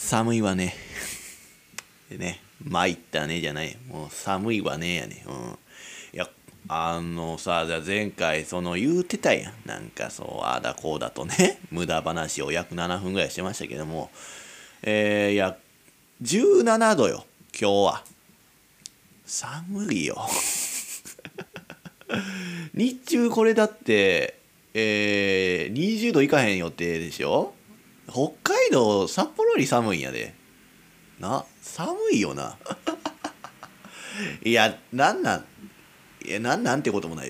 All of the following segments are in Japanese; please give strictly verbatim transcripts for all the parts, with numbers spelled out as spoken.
寒いわね。でね、参ったねじゃない。もう寒いわねやね。うん。いや、あのさ、じゃあ前回その言うてたやん。なんかそう、ああだこうだとね、無駄話を約ななふんぐらいしてましたけども、えー、いや、じゅうななどよ、今日は。寒いよ。日中これだって、えー、にじゅうどいかへん予定でしょ。北海道、札幌より寒いんやで。な、寒いよな。いや、なんなん、いや、なんなんてこともない。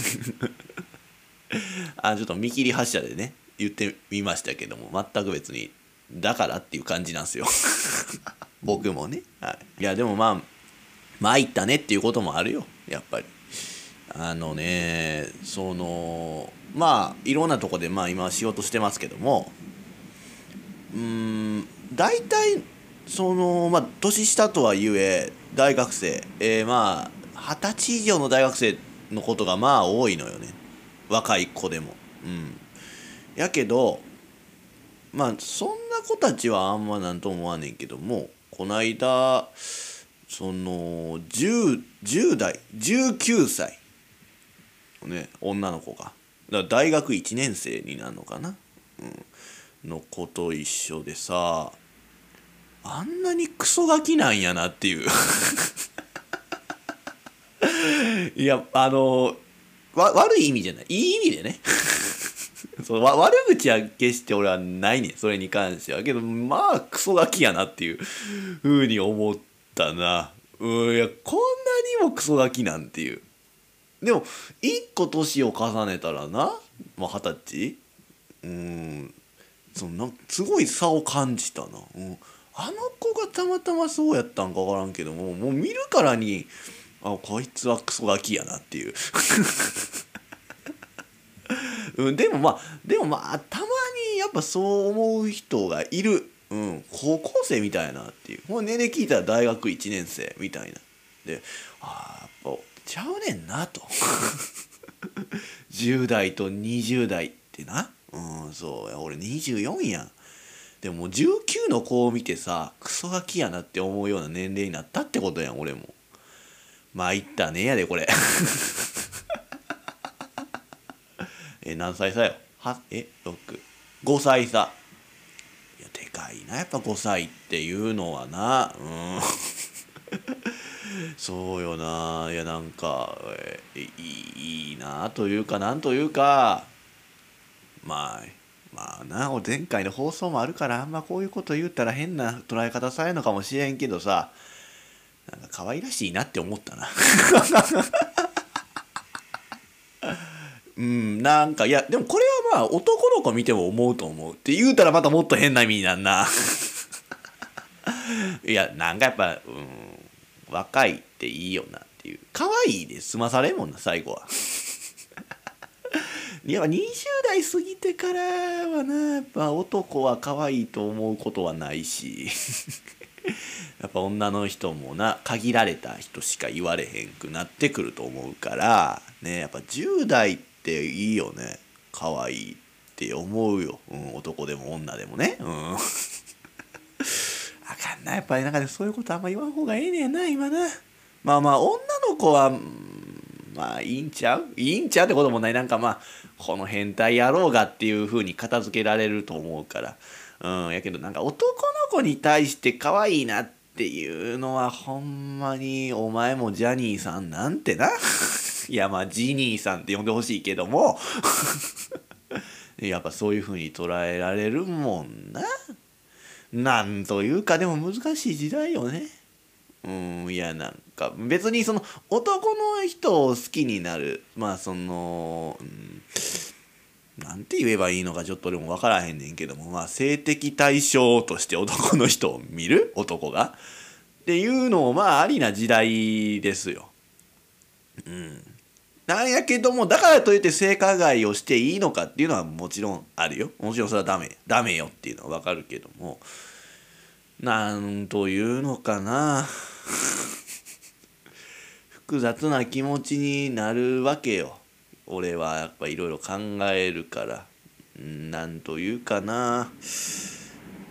あ、ちょっと見切り発車でね、言ってみましたけども、全く別に、だからっていう感じなんですよ。僕もね。はい。いや、でもまあ、参ったねっていうこともあるよ、やっぱり。あのね、その、まあ、いろんなとこで、まあ今仕事してますけども、うーん、大体、その、まあ、年下とはいえ、大学生、えー、まあ、はたち以上の大学生のことがまあ多いのよね。若い子でも。うん。やけど、まあ、そんな子たちはあんまなんとも思わねんけども、こないだ、その、じゅう、じゅう代、じゅうきゅうさいのね、女の子が。だから大学いちねん生になるのかな、うん、の子と一緒でさ、あんなにクソガキなんやなっていう。いや、あの、わ、悪い意味じゃない。いい意味でね。そうわ悪口は決して俺はないねん。それに関しては。けど、まあ、クソガキやなっていうふうに思ったな。うん、いや、こんなにもクソガキなんていう。でも、一個年を重ねたらな、まあ、二十歳うん、そのなんすごい差を感じたな。うん、あの子がたまたまそうやったんか分からんけども、もう見るからに、あ、こいつはクソガキやなっていう。うん、でもまあでもまあたまにやっぱそう思う人がいる、うん、高校生みたいなっていう、もう年齢聞いたら大学いちねん生みたいなで、ああやっぱちゃうねんなと。じゅう代とにじゅう代ってな、うん、そうや俺にじゅうよんやん。でももうじゅうきゅうの子を見てさ、クソガキやなって思うような年齢になったってことやん俺も。参ったねやでこれ。え何歳差よ。はえろく、ごさい差。いやでかいなやっぱごさいっていうのはな。うん。そうよな。いやなんか、えいいいいなというかなんというか、まあまあな、前回の放送もあるからあんまこういうこと言ったら変な捉え方されるのかもしれんけどさ、なんか可愛らしいなって思ったな。うん、なんかいやでもこれはまあ男の子見ても思うと思うって言うたらまたもっと変な意味になんな。いやなんかやっぱ、うん、若いっていいよなっていう、可愛いで済まされんもんな最後は。いやにじゅう代過ぎてからはな、やっぱ男は可愛いと思うことはないし。やっぱ女の人もな限られた人しか言われへんくなってくると思うからね、やっぱじゅう代っていいよね。可愛いって思うよ、うん、男でも女でもね。うん。あかんなやっぱりなんかね、そういうことあんま言わん方がええねんな今な。まあまあ女の子は、うん、まあいいんちゃういいんちゃうってこともない。なんかまあこの変態野郎がっていう風に片付けられると思うから。うん、やけどなんか男の子に対して可愛いなっていうのはほんまにお前もジャニーさんなんてな。いやまあジニーさんって呼んでほしいけども。やっぱそういう風に捉えられるもんな。なんというかでも難しい時代よね。うん、いやなんか別にその男の人を好きになる、まあその、うん、なんて言えばいいのかちょっと俺も分からへんねんけども、まあ性的対象として男の人を見る男がっていうのもまあありな時代ですよ。うん。なんやけどもだからといって性加害をしていいのかっていうのはもちろんあるよ。もちろんそれはダメダメよっていうのは分かるけども、なんというのかな。複雑な気持ちになるわけよ。俺はやっぱいろいろ考えるから。なんというかな。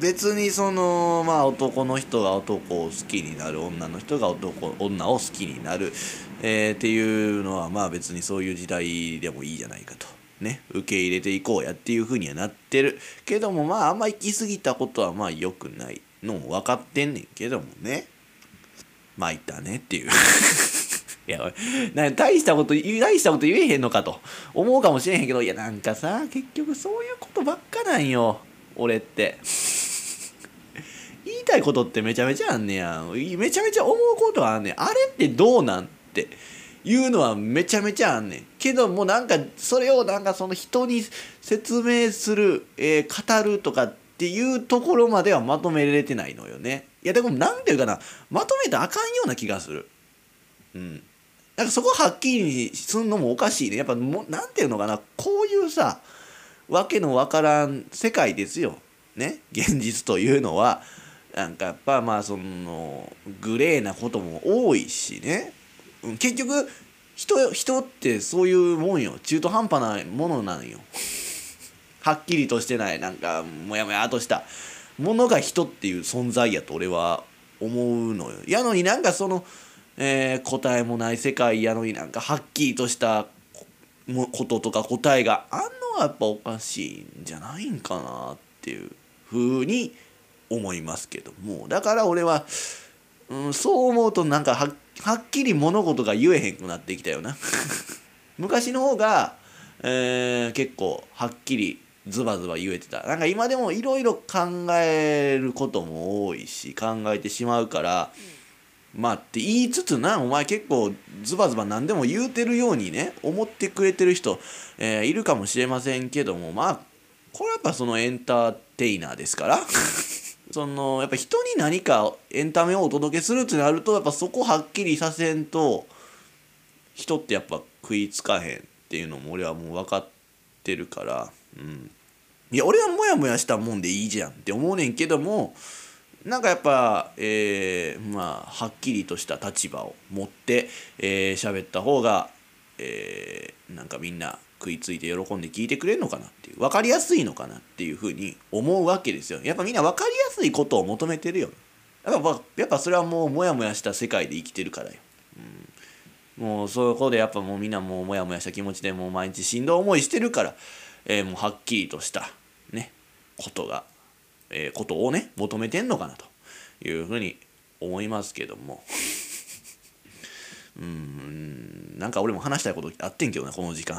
別にそのまあ男の人が男を好きになる、女の人が男女を好きになる、えーっていうのはまあ別にそういう時代でもいいじゃないかとね、受け入れていこうやっていうふうにはなってるけども、まああんま行き過ぎたことはまあ良くないのも分かってんねんけどもね、まあいったねっていういやな大したこと大したこと言えへんのかと思うかもしれへんけど、いやなんかさ結局そういうことばっかなんよ俺って言いたいことってめちゃめちゃあんねやん、めちゃめちゃ思うことはあんねん、あれってどうなんっていうのはめちゃめちゃあんねんけども、なんかそれをなんかその人に説明する、えー語るとかっていうところまではまとめれてないのよね。いやでもなんていうかな、まとめたらあかんような気がする。うんなんかそこはっきりすんのもおかしいね。やっぱもうなんていうのかな、こういうさわけのわからん世界ですよね、現実というのは。なんかやっぱまあそのグレーなことも多いしね、うん結局人人ってそういうもんよ、中途半端なものなんよはっきりとしてないなんかモヤモヤとしたものが人っていう存在やと俺は思うのよ。やのになんかその、えー答えもない世界やのになんかはっきりとしたもこととか答えがあんのはやっぱおかしいんじゃないんかなっていうふうに思いますけども、だから俺は、うん、そう思うとなんかははっきり物事が言えへんくなってきたよな昔の方が、えー結構はっきりズバズバ言えてた。なんか今でもいろいろ考えることも多いし考えてしまうから、まあって言いつつな、お前結構ズバズバ何でも言うてるようにね思ってくれてる人、えーいるかもしれませんけども、まあこれはやっぱそのエンターテイナーですからそのやっぱ人に何かエンタメをお届けするってなるとやっぱそこはっきりさせんと人ってやっぱ食いつかへんっていうのも俺はもう分かってるから、うん、いや俺はモヤモヤしたもんでいいじゃんって思うねんけども、なんかやっぱ、えーまあはっきりとした立場を持ってえー喋った方が、えーなんかみんな食いついて喜んで聞いてくれるのかなっていう、分かりやすいのかなっていうふうに思うわけですよ。やっぱみんな分かりやすいことを求めてるよ。やっぱやっぱそれはもうモヤモヤした世界で生きてるからよ。もうそこでやっぱもうみんなもうモヤモヤした気持ちでもう毎日しんどい思いしてるから、えーもうはっきりとしたねことが、えーことをね求めてんのかなというふうに思いますけどもうーんなんか俺も話したいことあってんけどなこの時間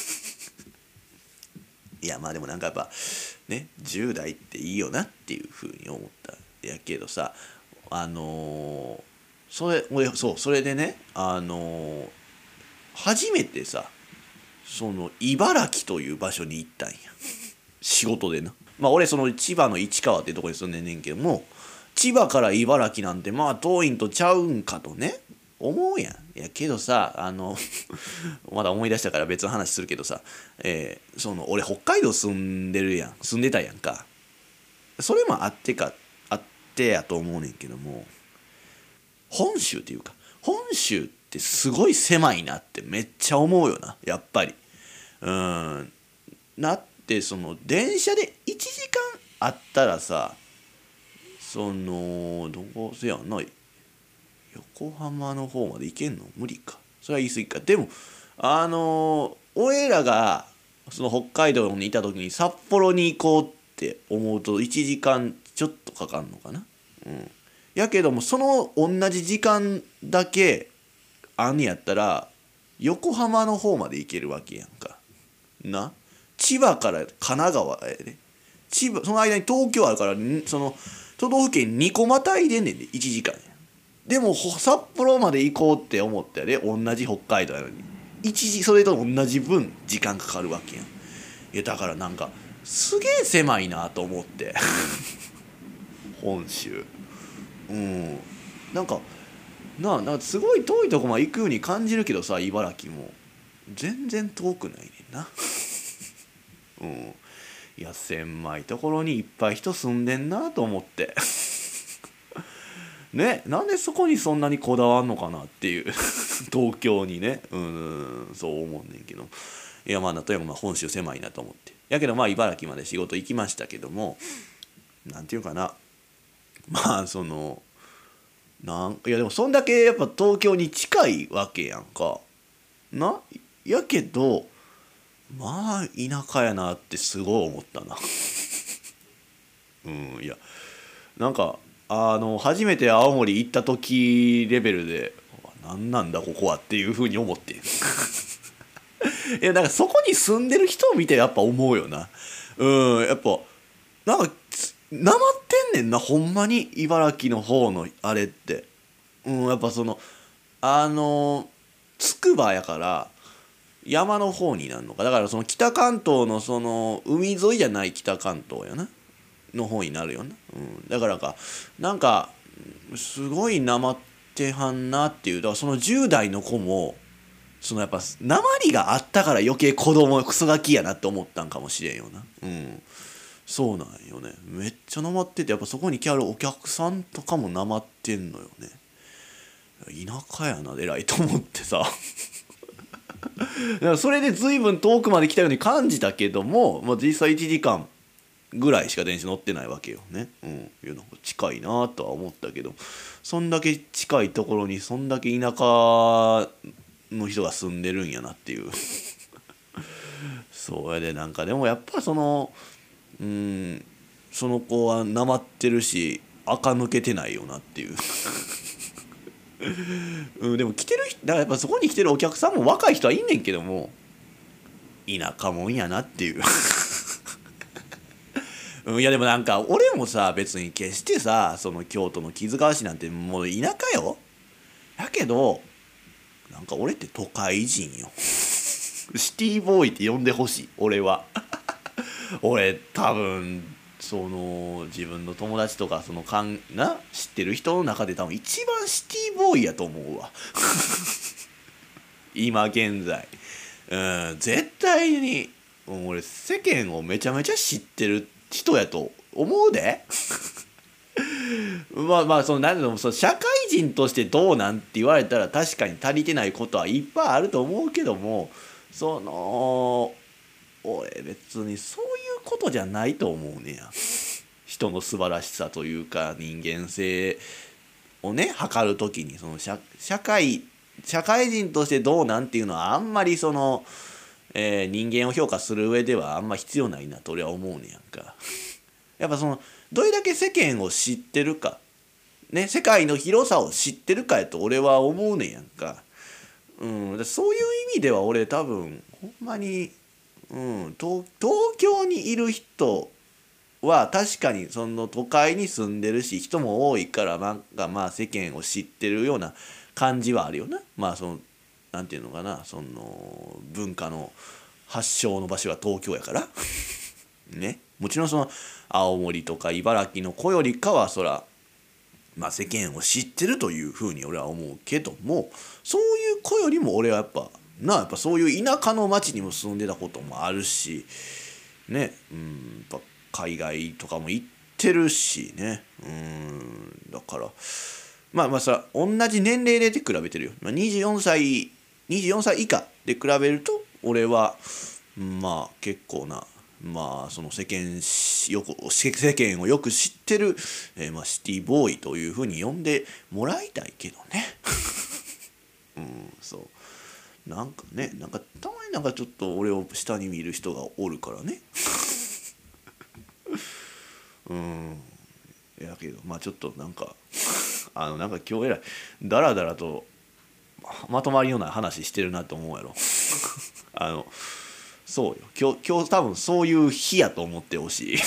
いやまあでもなんかやっぱねじゅう代っていいよなっていうふうに思ったやけどさ、あのーそれ俺そうそれでねあのー初めてさその茨城という場所に行ったんや仕事でな。まあ俺その千葉の市川ってとこに住んでんねんけども、千葉から茨城なんてまあ遠いんとちゃうんかとね思うやん。いやけどさあのまだ思い出したから別の話するけどさ、えーその俺北海道住んでるやん住んでたやんか。それもあってかあってやと思うねんけども、本州っていうか本州ってすごい狭いなってめっちゃ思うよなやっぱり。うんなってその電車でいちじかんあったらさ、そのどこせやんな横浜の方まで行けんの無理か、それは言い過ぎか。でもあの俺らがその北海道にいた時に札幌に行こうって思うといちじかんちょっとかかんのかな。うんやけどもその同じ時間だけあんねやったら横浜の方まで行けるわけやんかな。千葉から神奈川へね、千葉その間に東京あるからんその都道府県にこまたいでんねんでいちじかんや。でもほ札幌まで行こうって思ったよね同じ北海道やのに一時それと同じ分時間かかるわけやん。いやだからなんかすげえ狭いなと思って本州うんなんかなあなんかすごい遠いとこまで行くように感じるけどさ茨城も全然遠くないねんなうんいや狭いところにいっぱい人住んでんなと思ってねなんでそこにそんなにこだわんのかなっていう東京にねうんそう思うねんけど、いやまあとにかくまあ本州狭いなと思ってやけどまあ茨城まで仕事行きましたけども、 なんていうかな、まあそのなんいやでもそんだけやっぱ東京に近いわけやんかな。やけどまあ田舎やなってすごい思ったな。うんいやなんかあの初めて青森行った時レベルで何なんだここはっていうふうに思っていやなんかそこに住んでる人を見てやっぱ思うよな。うんやっぱなんかなまってんねんなほんまに茨城の方のあれって。うんやっぱそのあのつくばやから山の方になるのかだからその北関東のその海沿いじゃない北関東やなの方になるよな、うん、だからかなんかすごいなまってはんなっていうだからそのじゅう代の子もそのやっぱなまりがあったから余計子供クソガキやなって思ったんかもしれんよな。うんそうなんよねめっちゃなまっててやっぱそこに来あるお客さんとかもなまってんのよね。田舎やな偉いと思ってさだからそれで随分遠くまで来たように感じたけども、まあ、実際いちじかんぐらいしか電車乗ってないわけよね。うん、いうの近いなとは思ったけどそんだけ近いところにそんだけ田舎の人が住んでるんやなっていうそうやでなんかでもやっぱそのうんその子はなまってるし垢抜けてないよなっていううん、でも来てる人だからやっぱそこに来てるお客さんも若い人はいんねんけども田舎もんやなっていううん、いやでもなんか俺もさ別に決してさその京都の木津川市なんてもう田舎よ。やけどなんか俺って都会人よシティボーイって呼んでほしい俺は俺多分その自分の友達とかそのかんな知ってる人の中で多分一番シティボーイやと思うわ今現在。うん絶対に俺世間をめちゃめちゃ知ってる人やと思うでまあまあその何でもその社会人としてどうなんって言われたら確かに足りてないことはいっぱいあると思うけどもその俺別にそういうことじゃないと思うねや。人の素晴らしさというか人間性をね測るときにその社社会社会人としてどうなんっていうのはあんまりその、えー、人間を評価する上ではあんま必要ないなと俺は思うねやんか。やっぱそのどれだけ世間を知ってるかね世界の広さを知ってるかやと俺は思うねやんか。うん、そういう意味では俺多分ほんまに、うん、東, 東京にいる人は確かにその都会に住んでるし人も多いからなんかまあ世間を知ってるような感じはあるよな。まあそのなんていうのかなその文化の発祥の場所は東京やからねもちろんその青森とか茨城の子よりかはそらまあ世間を知ってるというふうに俺は思うけどもそういう子よりも俺はやっぱなやっぱそういう田舎の町にも住んでたこともあるしねうんやっぱ海外とかも行ってるしねうんだからまあまあさ同じ年齢で比べてるよ、まあ、にじゅうよんさいにじゅうよんさい以下で比べると俺はまあ結構なまあその世間よく世間をよく知ってる、えー、まあシティボーイというふうに呼んでもらいたいけどねうんそうなんかねなんかたまになんかちょっと俺を下に見る人がおるからねうんやけどまあちょっとなんかあのなんか今日えらいだらだらとまとまりのない話してるなと思うやろあのそうよ今日今日多分そういう日やと思ってほしい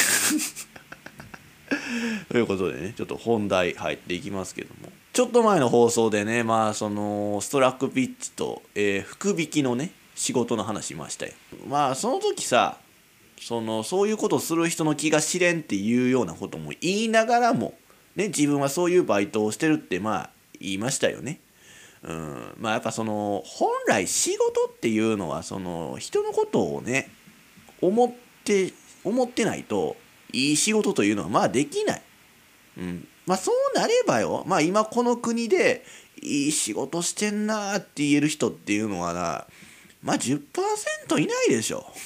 ということでねちょっと本題入っていきますけどもちょっと前の放送でねまあそのストラックピッチと、えー、福引きのね仕事の話しましたよ。まあその時さそのそういうことをする人の気が知れんっていうようなことも言いながらもね自分はそういうバイトをしてるってまあ言いましたよね。うん、まあやっぱその本来仕事っていうのはその人のことをね思って思ってないといい仕事というのはまあできない。うん、まあそうなればよまあ今この国でいい仕事してんなって言える人っていうのはなまあ じゅっパーセント いないでしょ。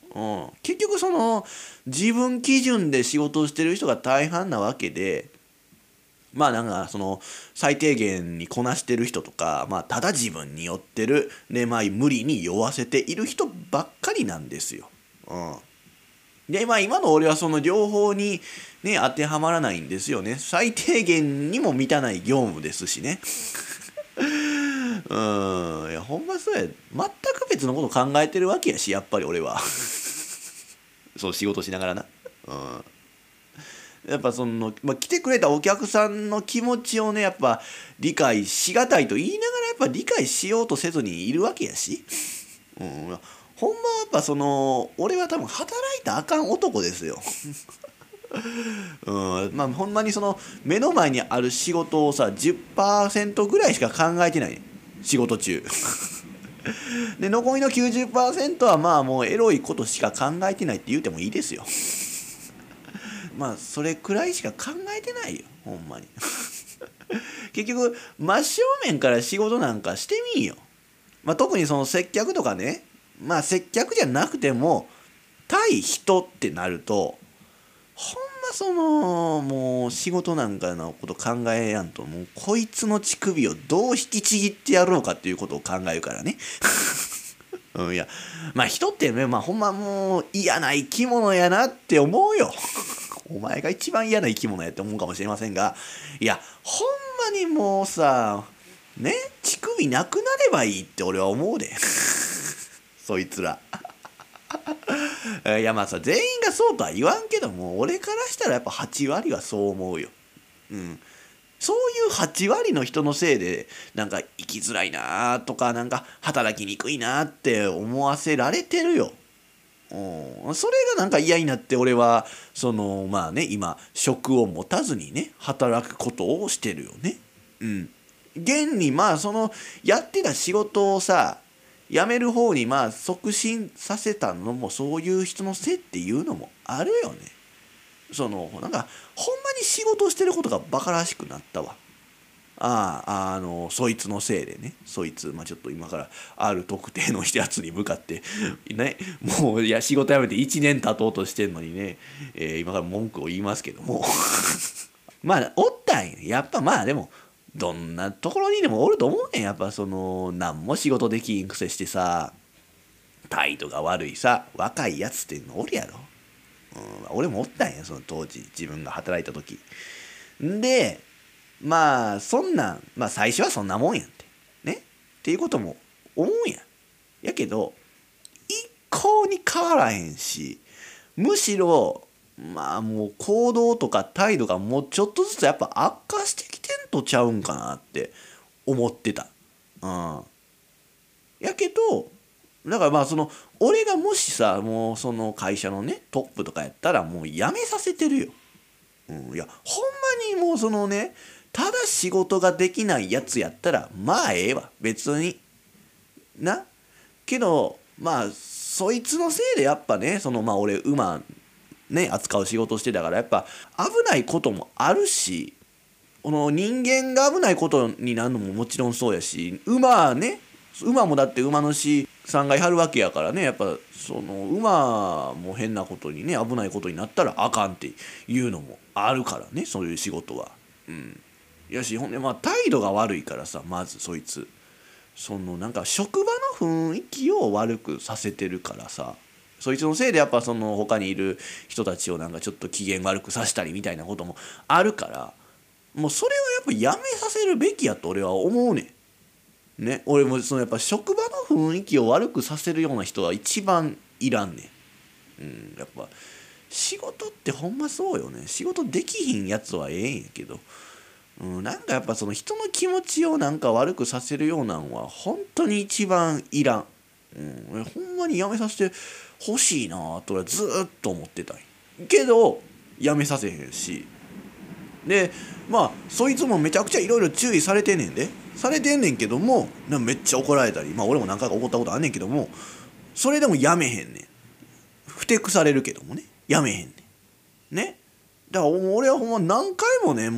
うん、結局その自分基準で仕事をしてる人が大半なわけで、まあなんかその最低限にこなしてる人とか、まあただ自分に酔ってるで、まあ無理に酔わせている人ばっかりなんですよ。うん、でまあ今の俺はその両方にね当てはまらないんですよね。最低限にも満たない業務ですしね。うん、いやほんまそうや。全く別のこと考えてるわけやし、やっぱり俺は。そう仕事しながらな。うん。やっぱその、まあ、来てくれたお客さんの気持ちをねやっぱ理解しがたいと言いながらやっぱ理解しようとせずにいるわけやし、うん、ほんまはやっぱその俺は多分働いたらあかん男ですよ。うん、まあほんまにその目の前にある仕事をさ じゅっパーセント ぐらいしか考えてない仕事中。で残りの きゅうじゅっパーセント はまあもうエロいことしか考えてないって言うてもいいですよ。まあそれくらいしか考えてないよほんまに。結局真正面から仕事なんかしてみんよ。まあ、特にその接客とかね、まあ接客じゃなくても対人ってなるとほんまそのもう仕事なんかのこと考えやんと、もうこいつの乳首をどう引きちぎってやろうかっていうことを考えるからね。うん、いやまあ人ってね、まあほんまもう嫌な生き物やなって思うよ。お前が一番嫌な生き物やって思うかもしれませんが、いやほんまにもうさね乳首なくなればいいって俺は思うで。そいつら。いやまあさ全員がそうとは言わんけども、俺からしたらやっぱはち割はそう思うよ。うん。そういうはち割の人のせいでなんか生きづらいなとかなんか働きにくいなって思わせられてるよ。うん、それがなんか嫌になって俺はそのまあね今職を持たずにね働くことをしてるよね。うん。現にまあそのやってた仕事をさ辞める方にまあ促進させたのもそういう人のせいっていうのもあるよね。そのなんかほんまに仕事をしてることがバカらしくなったわ。ああ、あのそいつのせいでね、そいつ、まあ、ちょっと今からある特定のやつに向かってね、もういや仕事辞めていちねん経とうとしてんのにね、えー今から文句を言いますけども。まあおったんや。やっぱまあでもどんなところにでもおると思うねん。やっぱその何も仕事できんくせしてさ態度が悪いさ若いやつっていうのおるやろ。うん、俺もおったんやその当時自分が働いた時。んでまあそんなんまあ最初はそんなもんやんってねっていうことも思うんや。やけど一向に変わらへんし、むしろまあもう行動とか態度がもうちょっとずつやっぱ悪化してきてんとちゃうんかなって思ってた。うん。やけどだからまあその俺がもしさもうその会社のねトップとかやったらもう辞めさせてるよ。うん、いやほんまにもうそのねただ仕事ができないやつやったらまあええわ別にな。けどまあそいつのせいでやっぱねそのまあ俺馬ね扱う仕事してたからやっぱ危ないこともあるし、この人間が危ないことになるのももちろんそうやし、馬ね馬もだって馬主さんがいはるわけやからね、やっぱその馬も変なことにね危ないことになったらあかんっていうのもあるからねそういう仕事は。うん。やしほんでまあ態度が悪いからさまずそいつそのなんか職場の雰囲気を悪くさせてるからさ、そいつのせいでやっぱその他にいる人たちをなんかちょっと機嫌悪くさせたりみたいなこともあるから、もうそれはやっぱやめさせるべきやと俺は思うねん。ね、俺もそのやっぱ職場の雰囲気を悪くさせるような人は一番いらんねん。うん、やっぱ仕事ってほんまそうよね。仕事できひんやつはええんやけど、うん、なんかやっぱその人の気持ちをなんか悪くさせるようなんは本当に一番いらん。うん、ほんまにやめさせてほしいなと俺はずーっと思ってたんやけどやめさせへんし、でまあそいつもめちゃくちゃいろいろ注意されてんねんでされてんねんけどもめっちゃ怒られたり、まあ俺も何回か怒ったことあんねんけどもそれでもやめへんねん。ふてくされるけどもねやめへんねんね。だから俺はほんま何回もねもう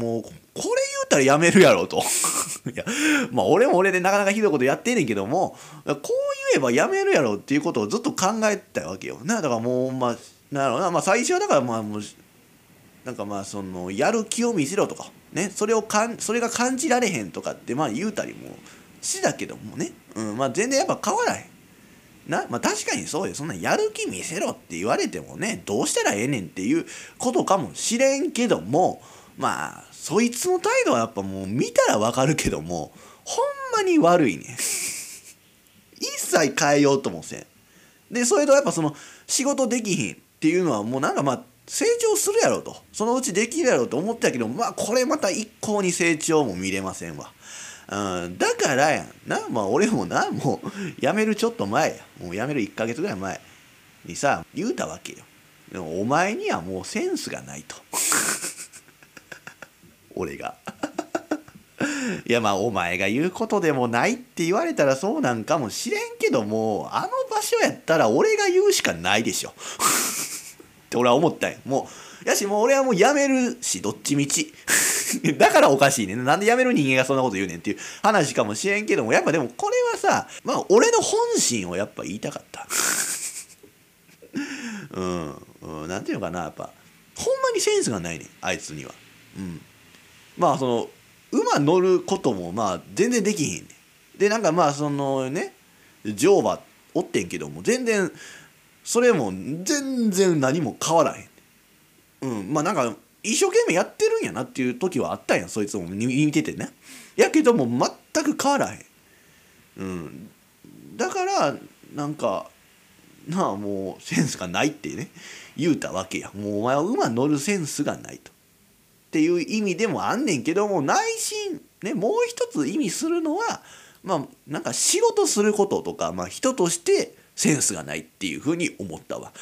これ言うたらやめるやろといやまあ俺も俺でなかなかひどいことやってんねんけども、こう言えばやめるやろっていうことをずっと考えてたわけよな。だからもうまあなるほどな、まあ最初はだからまあもうなんかまあそのやる気を見せろとかね、それをかんそれが感じられへんとかってまあ言うたりもしだけどもね、うん、まあ全然やっぱ変わらへんな。まあ確かにそうよ、そんなやる気見せろって言われてもね、どうしたらええねんっていうことかもしれんけども、まあそいつの態度はやっぱもう見たらわかるけども、ほんまに悪いね一切変えようともせんで、それとやっぱその仕事できひんっていうのはもうなんかまあ成長するやろと、そのうちできるやろと思ってたけど、まあこれまた一向に成長も見れませんわ。うん、だからやんな、まあ俺もな、もう辞めるちょっと前や、もう辞めるいっかげつぐらい前にさ言うたわけよ。でもお前にはもうセンスがないと俺がいやまあお前が言うことでもないって言われたらそうなんかもしれんけども、あの場所やったら俺が言うしかないでしょって俺は思ったんよ。もうやし、もう俺はもう辞めるしどっちみちだからおかしいねん、なんで辞める人間がそんなこと言うねんっていう話かもしれんけども、やっぱでもこれはさ、まあ俺の本心をやっぱ言いたかったうん、うん、なんていうのかな、やっぱほんまにセンスがないねんあいつには。うん、まあその馬乗ることもまあ全然できひんねん。でなんかまあそのね乗馬おってんけども、全然それも全然何も変わらへん。うん、まあなんか一生懸命やってるんやなっていう時はあったんや、そいつも見ててね。やけども全く変わらへん。うん、だからなんかなあ、もうセンスがないってね言うたわけや。もうお前は馬乗るセンスがないとっていう意味でもあんねんけども、内心ねもう一つ意味するのは、まあなんか仕事することとか、まあ人としてセンスがないっていうふうに思ったわ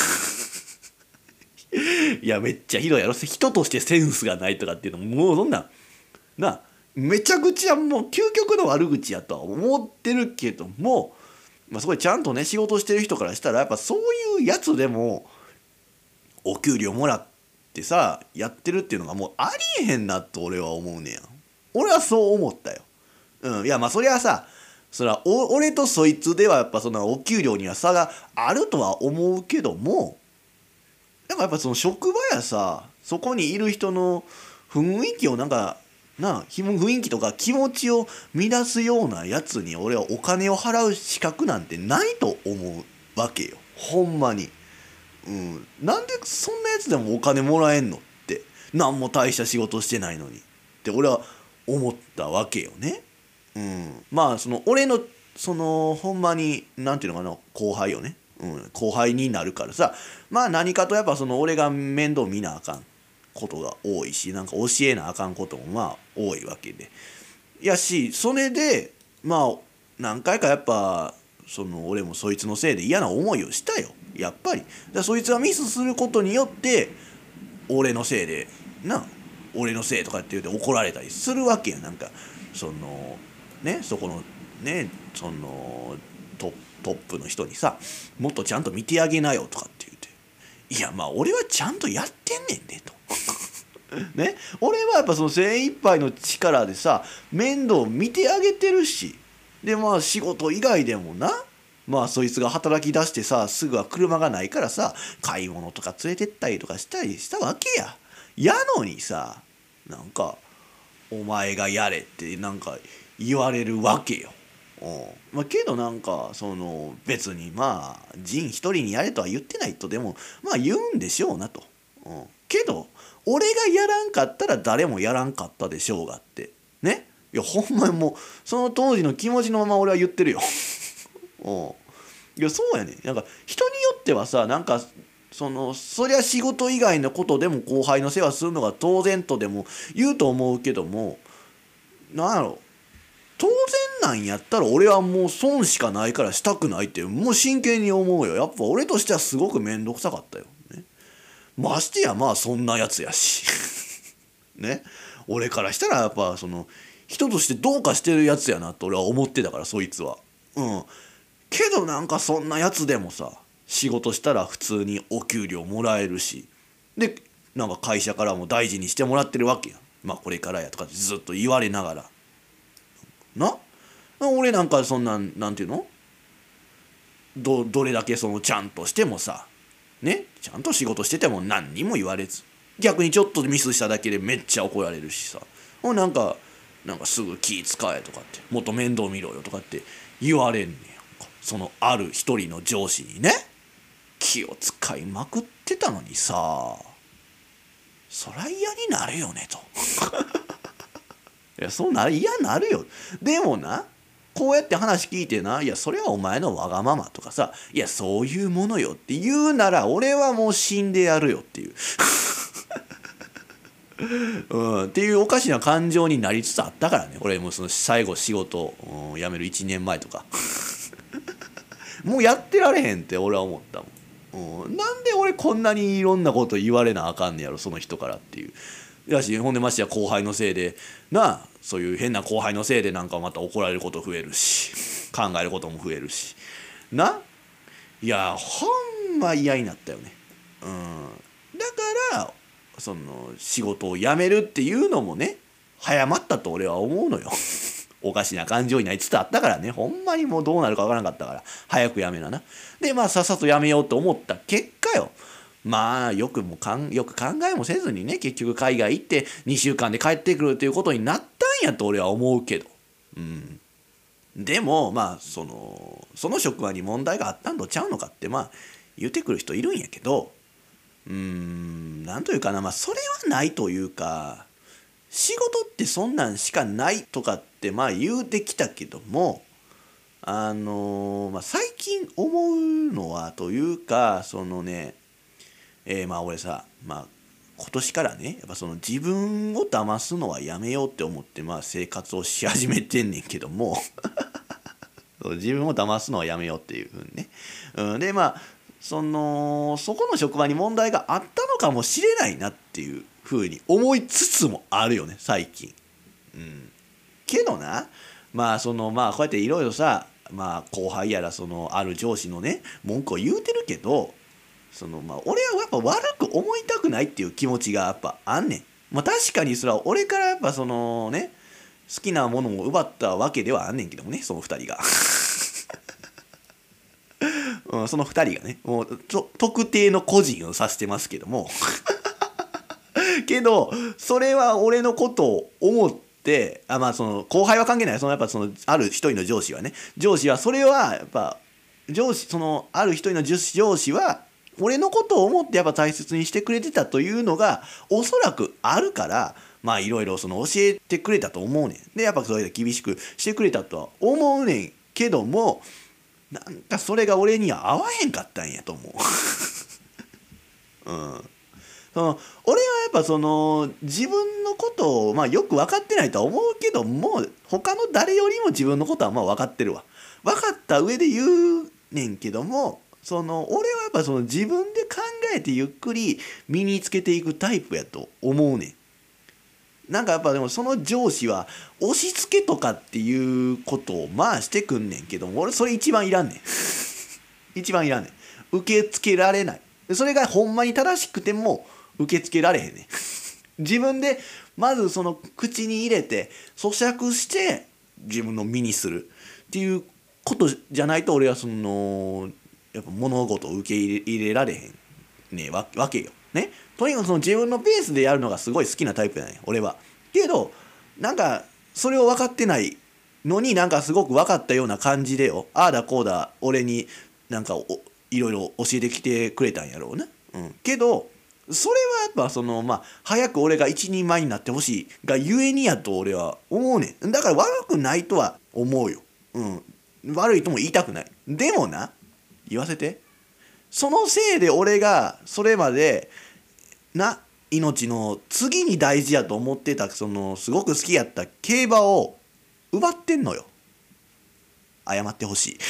いやめっちゃひどいやろ、人としてセンスがないとかっていうのももうそんなな、めちゃくちゃもう究極の悪口やとは思ってるけども、まあ、そこでちゃんとね仕事してる人からしたらやっぱそういうやつでもお給料もらってさやってるっていうのがもうありえへんなと俺は思うねや。俺はそう思ったよ。うん、いやまあそりゃさ、それは俺とそいつではやっぱそのお給料には差があるとは思うけども、なんかやっぱその職場やさ、そこにいる人の雰囲気をなんかなあ、雰囲気とか気持ちを乱すようなやつに俺はお金を払う資格なんてないと思うわけよ、ほんまに。うん、なんでそんなやつでもお金もらえんのって、何も大した仕事してないのにって俺は思ったわけよね。うん、まあその俺のそのほんまになんていうのかな、後輩よね、うん、後輩になるからさ、まあ何かとやっぱその俺が面倒見なあかんことが多いし、なんか教えなあかんこともまあ多いわけでやし、それでまあ何回かやっぱその俺もそいつのせいで嫌な思いをしたよ、やっぱり。だそいつがミスすることによって俺のせいでな、俺のせいとかって言うて怒られたりするわけや。なんかそのね、そこのねそのトトップの人にさ、もっとちゃんと見てあげなよとかって言うて、いやまあ俺はちゃんとやってんねんでとね、俺はやっぱその精一杯の力でさ面倒見てあげてるし、でまあ仕事以外でもな、まあそいつが働き出してさすぐは車がないからさ買い物とか連れてったりとかしたりしたわけや。やのにさ、なんかお前がやれってなんか言われるわけよ。うん、まあけどなんかその別にまあ仁一人にやれとは言ってないとでもまあ言うんでしょうなと。うん、けど俺がやらんかったら誰もやらんかったでしょうがってね。いやほんまにもうその当時の気持ちのまま俺は言ってるようん、いやそうやね。なんか人によってはさ、なんかそのそりゃ仕事以外のことでも後輩の世話するのが当然とでも言うと思うけども、なんやろ、当然なんやったら俺はもう損しかないからしたくないってもう真剣に思うよ。やっぱ俺としてはすごく面倒くさかったよ、ね、ましてやまあそんなやつやしね、俺からしたらやっぱその人としてどうかしてるやつやなと俺は思ってたから、そいつは。うんけどなんかそんなやつでもさ仕事したら普通にお給料もらえるし、でなんか会社からも大事にしてもらってるわけやん。 まあこれからやとかってずっと言われながらな、俺なんかそんなんなんていうの、どどれだけそのちゃんとしてもさね、ちゃんと仕事してても何にも言われず、逆にちょっとミスしただけでめっちゃ怒られるしさ、もうなんかなんかすぐ気使えとかってもっと面倒見ろよとかって言われんねやんか。そのある一人の上司にね、気を使いまくってたのにさ、そりゃ嫌になるよねといやそんな嫌なるよ。でもな、こうやって話聞いてな、いやそれはお前のわがままとかさ、いやそういうものよって言うなら俺はもう死んでやるよっていううん、っていうおかしな感情になりつつあったからね。俺もその最後仕事を、うん、辞めるいちねんまえとかもうやってられへんって俺は思ったもん、うん、なんで俺こんなにいろんなこと言われなあかんねやろその人からっていう。やしほんでましてや後輩のせいでなあ、そういう変な後輩のせいでなんかまた怒られること増えるし考えることも増えるしな。いやほんま嫌になったよね。うん、だからその仕事を辞めるっていうのもね早まったと俺は思うのよおかしな感情になりつつあったからね、ほんまにもうどうなるかわからなかったから早く辞めなな。でまあさっさと辞めようと思った結果よ、まあよくもかんよく考えもせずにね、結局海外行ってにしゅうかんで帰ってくるということになったんやと俺は思うけど、うん、でもまあそのその職場に問題があったんとちゃうのかってまあ言ってくる人いるんやけど、うーんなんというかな、まあそれはないというか、仕事ってそんなんしかないとかってまあ言うてきたけども、あのーまあ、最近思うのはというか、そのね、えー、まあ俺さ、まあ今年からねやっぱその自分を騙すのはやめようって思ってまあ生活をし始めてんねんけども自分を騙すのはやめようっていうふうにね、うん、でまあそのそこの職場に問題があったのかもしれないなっていうふうに思いつつもあるよね最近、うん、けどな、まあそのまあこうやっていろいろさ、まあ後輩やらそのある上司のね文句を言うてるけど、そのまあ俺はやっぱ悪く思いたくないっていう気持ちがやっぱあんねん。まあ確かにそれは俺からやっぱそのね好きなものを奪ったわけではあんねんけどもね、そのふたりがうん、そのふたりがねもうと特定の個人を指してますけどもけどそれは俺のことを思ってあ、まあその後輩は関係ない、そのやっぱそのある一人の上司はね上司はそれはやっぱ上司そのある一人の上司は俺のことを思ってやっぱ大切にしてくれてたというのがおそらくあるから、まあいろいろその教えてくれたと思うねん。でやっぱそれで厳しくしてくれたとは思うねんけども、なんかそれが俺には合わへんかったんやと思う、うん、その俺はやっぱその自分のことをまあよく分かってないとは思うけども、他の誰よりも自分のことはまあ分かってるわ。分かった上で言うねんけども、その俺はやっぱその自分で考えてゆっくり身につけていくタイプやと思うねん。なんかやっぱでもその上司は押し付けとかっていうことをまあしてくんねんけども、俺それ一番いらんねん一番いらんねん。受け付けられない。それがほんまに正しくても受け付けられへんねん自分でまずその口に入れて咀嚼して自分の身にするっていうことじゃないと俺はそのやっぱ物事を受け入れられへんねわけよね。とにかくその自分のペースでやるのがすごい好きなタイプやね俺は。けどなんかそれを分かってないのになんかすごく分かったような感じでよ、ああだこうだ俺になんかいろいろ教えてきてくれたんやろうな、うん、けどそれはやっぱそのまあ早く俺が一人前になってほしいがゆえにやと俺は思うねん。だから悪くないとは思うよ、うん、悪いとも言いたくない。でもな言わせて、そのせいで俺がそれまでな命の次に大事やと思ってたそのすごく好きやった競馬を奪ってんのよ。謝ってほしい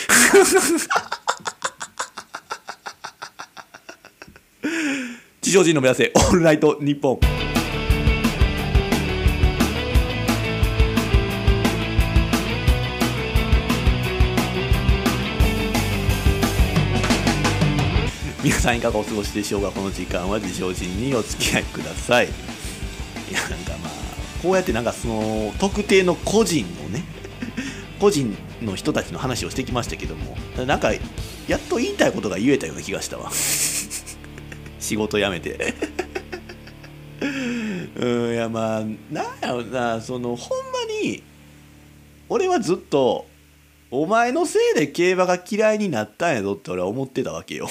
地上人の目指せオールナイトニッポン。皆さんいかがお過ごしでしょうか。この時間は地上人にお付き合いください。いやなんかまあこうやってなんかその特定の個人のね個人の人たちの話をしてきましたけども、なんかやっと言いたいことが言えたような気がしたわ仕事辞めてうんいやまあなんやろな、そのほんまに俺はずっとお前のせいで競馬が嫌いになったんやぞって俺は思ってたわけよ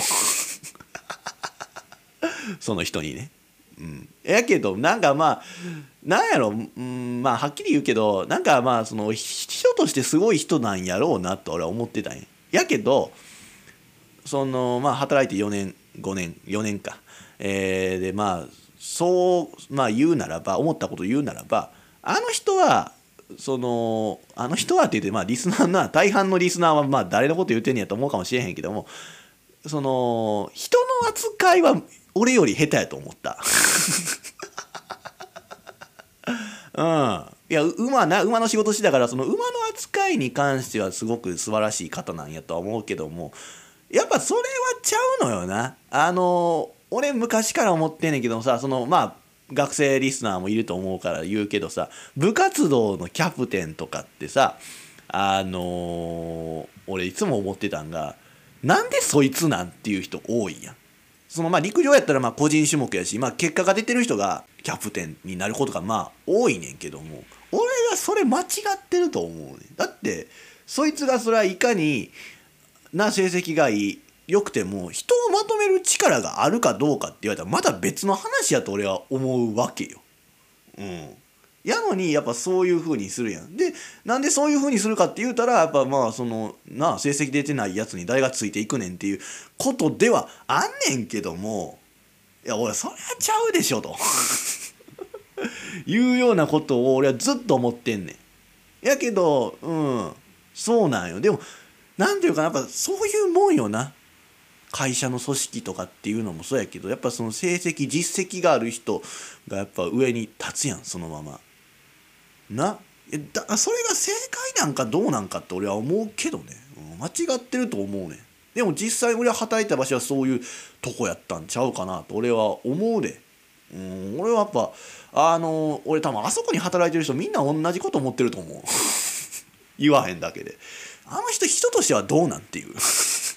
その人にね。うん、やけどなんかまあなんやろ、うん、まあはっきり言うけどなんかまあその人としてすごい人なんやろうなと俺は思ってたんや。やけどそのまあ働いてよねんごねんよねんか、えー、でまあそうまあ言うならば思ったこと言うならばあの人はそのあの人はって言ってまあリスナーな大半のリスナーはまあ誰のこと言ってんねやと思うかもしれへんけども、その人の扱いは俺より下手やと思ったうんいや馬な馬の仕事してたからその馬の扱いに関してはすごく素晴らしい方なんやとは思うけども、やっぱそれはちゃうのよな。あの俺昔から思ってんねんけどさ、そのまあ学生リスナーもいると思うから言うけどさ、部活動のキャプテンとかってさ、あの俺いつも思ってたんが、なんでそいつなんていう人多いやん。そのまあ陸上やったらまあ個人種目やし、まあ、結果が出てる人がキャプテンになることがまあ多いねんけども、俺がそれ間違ってると思うねん。だってそいつがそれはいかにな成績がいいよくても人をまとめる力があるかどうかって言われたらまた別の話やと俺は思うわけよ。うんやのにやっぱそういう風にするやん。でなんでそういう風にするかって言うたらやっぱまあそのなあ成績出てないやつに誰がついていくねんっていうことではあんねんけども、いや俺それはちゃうでしょというようなことを俺はずっと思ってんねん。やけどうんそうなんよ。でもなんていうかな、やっぱそういうもんよな。会社の組織とかっていうのもそうやけどやっぱその成績実績がある人がやっぱ上に立つやんそのまま。なだそれが正解なんかどうなんかって俺は思うけどね、うん、間違ってると思うね。でも実際俺は働いた場所はそういうとこやったんちゃうかなと俺は思うで、うん、俺はやっぱあの俺多分あそこに働いてる人みんな同じこと思ってると思う言わへんだけで、あの人人としてはどうなんていう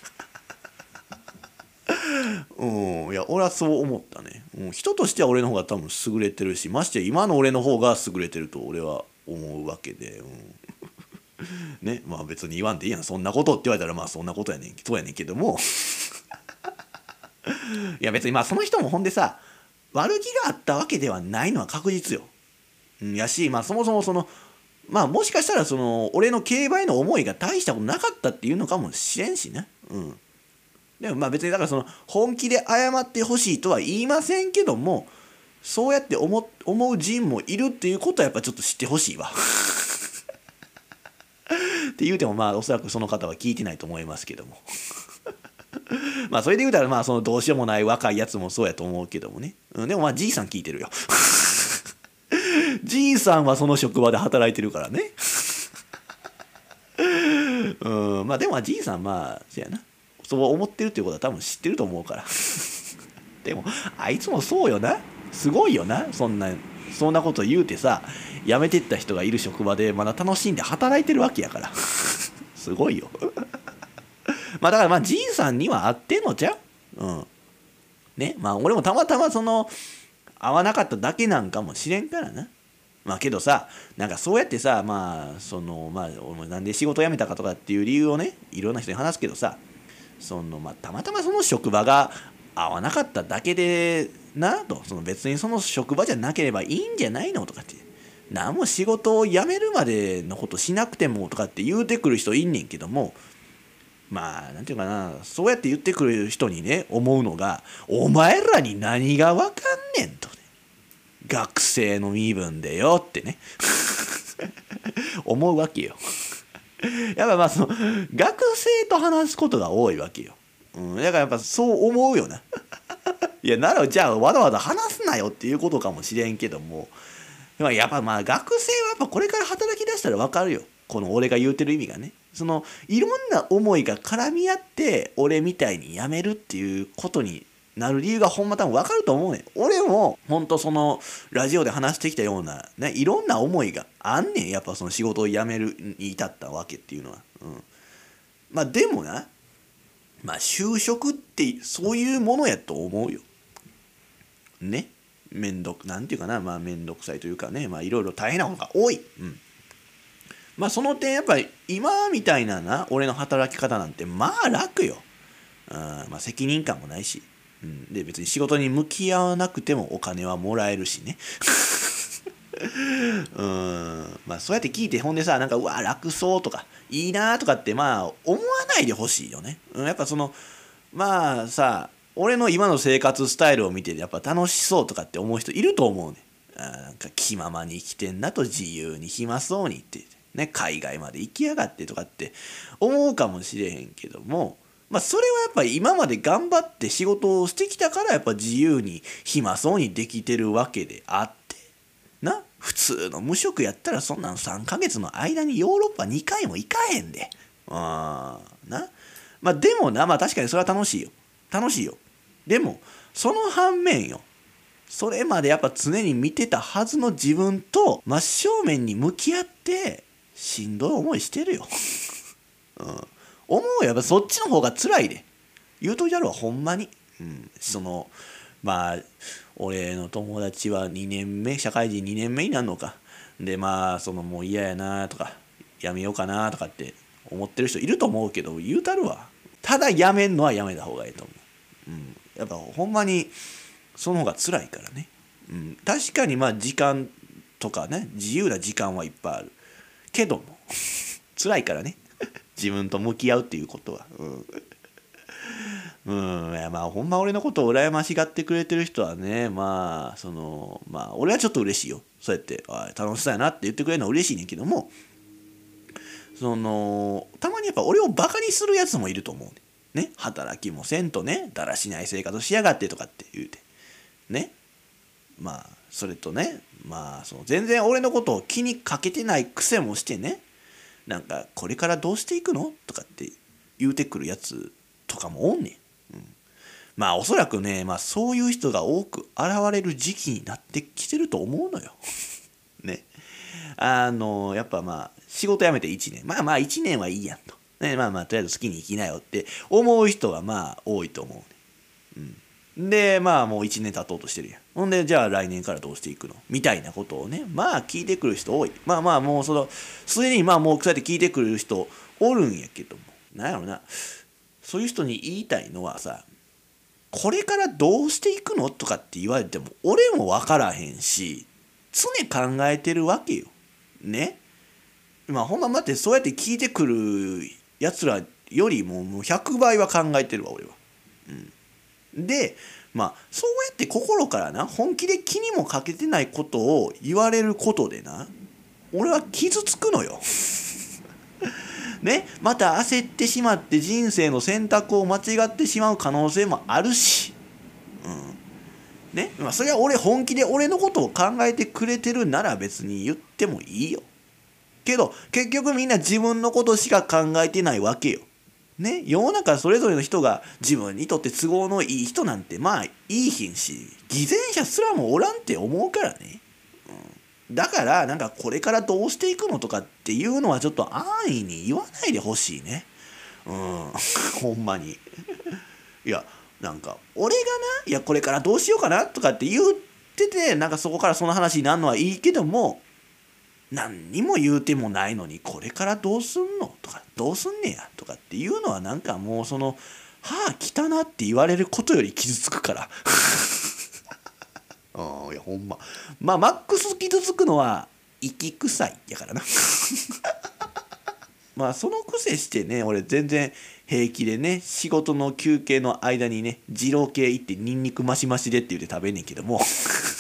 うんいや俺はそう思ったね、うん、人としては俺の方が多分優れてるし、まして今の俺の方が優れてると俺は思うわけで、うんねまあ別に言わんでいいやんそんなことって言われたらまあそんなことやねんそうやねんけどもいや別にまあその人もほんでさ悪気があったわけではないのは確実よ、うん、やしまあそもそもそのまあもしかしたらその俺の競馬への思いが大したことなかったっていうのかもしれんしね、うんでもまあ別にだからその本気で謝ってほしいとは言いませんけども、そうやって思思う人もいるっていうことはやっぱちょっと知ってほしいわって言うてもまあおそらくその方は聞いてないと思いますけどもまあそれで言うたらまあそのどうしようもない若いやつもそうやと思うけどもね、うん、でもまあじいさん聞いてるよじいさんはその職場で働いてるからねうんまあでもじいさんまあそうやなそう思ってるっていうことは多分知ってると思うからでもあいつもそうよな、すごいよな、そんなそんなこと言うてさ辞めてった人がいる職場でまだ楽しんで働いてるわけやからすごいよまあだからまあじいさんには合ってんのちゃう、うんねまあ俺もたまたまその合わなかっただけなんかもしれんからな。まあけどさなんかそうやってさまあそのまあ俺もなんで仕事辞めたかとかっていう理由をねいろんな人に話すけどさ、そのまあたまたまその職場が合わなかっただけでなと、その別にその職場じゃなければいいんじゃないのとかって、何も仕事を辞めるまでのことしなくてもとかって言うてくる人いんねんけども、まあなんていうかな、そうやって言ってくる人にね思うのが、お前らに何がわかんねんとね、学生の身分でよってね思うわけよやっぱまあその学生と話すことが多いわけよ、うん、だからやっぱそう思うよないやならじゃあわざわざ話すなよっていうことかもしれんけども、やっぱまあ学生はやっぱこれから働き出したら分かるよ、この俺が言うてる意味がね。そのいろんな思いが絡み合って俺みたいに辞めるっていうことになる理由がほんま多分分かると思うねん。俺もほんとそのラジオで話してきたようなね、いろんな思いがあんねん。やっぱその仕事を辞めるに至ったわけっていうのは、うん、まあでもな、まあ就職ってそういうものやと思うよね。めんどくなんていうかな、まあめんどくさいというかね、まあいろいろ大変なことが多い、うん、まあその点やっぱり今みたいなな俺の働き方なんてまあ楽よ。あまあ責任感もないし、うん、で別に仕事に向き合わなくてもお金はもらえるしねうんまあそうやって聞いて、ほんでさ、なんかうわ楽そうとかいいなとかってまあ思わないでほしいよね、うん、やっぱそのまあさ、俺の今の生活スタイルを見てやっぱ楽しそうとかって思う人いると思うね。あなんか気ままに生きてんなと、自由に暇そうにってね、海外まで行きやがってとかって思うかもしれへんけども、まあそれはやっぱり今まで頑張って仕事をしてきたからやっぱ自由に暇そうにできてるわけであってな、普通の無職やったらそんなんさんかげつの間にヨーロッパにかいも行かへんで。あーなまあでもな、まあ確かにそれは楽しいよ。楽しいよ。でもその反面よ、それまでやっぱ常に見てたはずの自分と真正面に向き合ってしんどい思いしてるよ、うん、思うやっぱそっちの方が辛いで。言うときあるわほんまに、うん、そのまあ俺の友達はにねんめ社会人にねんめになるのかで、まあそのもう嫌やなとかやめようかなとかって思ってる人いると思うけど、言うたるわ、ただやめんのはやめた方がいいと思う、うん、やっぱほんまにその方が辛いからね、うん、確かにまあ時間とかね自由な時間はいっぱいあるけども辛いからね自分と向き合うっていうことは、うん、うん、いやまあほんま俺のことを羨ましがってくれてる人はね、まあそのまあ俺はちょっと嬉しいよ、そうやってあ楽しそうやなって言ってくれるのは嬉しいねんけども、そのたまにやっぱ俺をバカにするやつもいると思うね。ね、働きもせんとねだらしない生活しやがってとかって言うてね、まあそれとね、まあその全然俺のことを気にかけてない癖もしてね、なんかこれからどうしていくのとかって言うてくるやつとかもおんねん、うん、まあおそらくね、まあそういう人が多く現れる時期になってきてると思うのよね、あのやっぱまあ仕事辞めていちねん、まあまあいちねんはいいやんと、ね、まあまあとりあえず好きに生きなよって思う人はまあ多いと思うね、うん、でまあもういちねん経とうとしてるやん。ほんでじゃあ来年からどうしていくのみたいなことをねまあ聞いてくる人多い。まあまあもうそのすでにまあもうそうやって聞いてくる人おるんやけども、なんやろな、そういう人に言いたいのはさ、これからどうしていくのとかって言われても俺も分からへんし常考えてるわけよね。まあほんま待ってそうやって聞いてくるやつらよりももうひゃくばいは考えてるわ俺は。うん、でまあそうやって心からな本気で気にもかけてないことを言われることでな俺は傷つくのよね、また焦ってしまって人生の選択を間違ってしまう可能性もあるし、うんねまあ、それは俺本気で俺のことを考えてくれてるなら別に言ってもいいよ。けど結局みんな自分のことしか考えてないわけよ。ね、世の中それぞれの人が自分にとって都合のいい人なんてまあいいひんし偽善者すらもおらんって思うからね、うん、だからなんかこれからどうしていくのとかっていうのはちょっと安易に言わないでほしいね、うん、ほんまにいやなんか俺がないやこれからどうしようかなとかって言っててなんかそこからその話になるのはいいけども何にも言うてもないのにこれからどうすんのとかどうすんねやとかっていうのはなんかもうその歯汚なって言われることより傷つくからあいやほんままあマックス傷つくのは息臭いやからなまあその癖してね俺全然平気でね仕事の休憩の間にね二郎系行ってニンニクマシマシでって言って食べんねんけども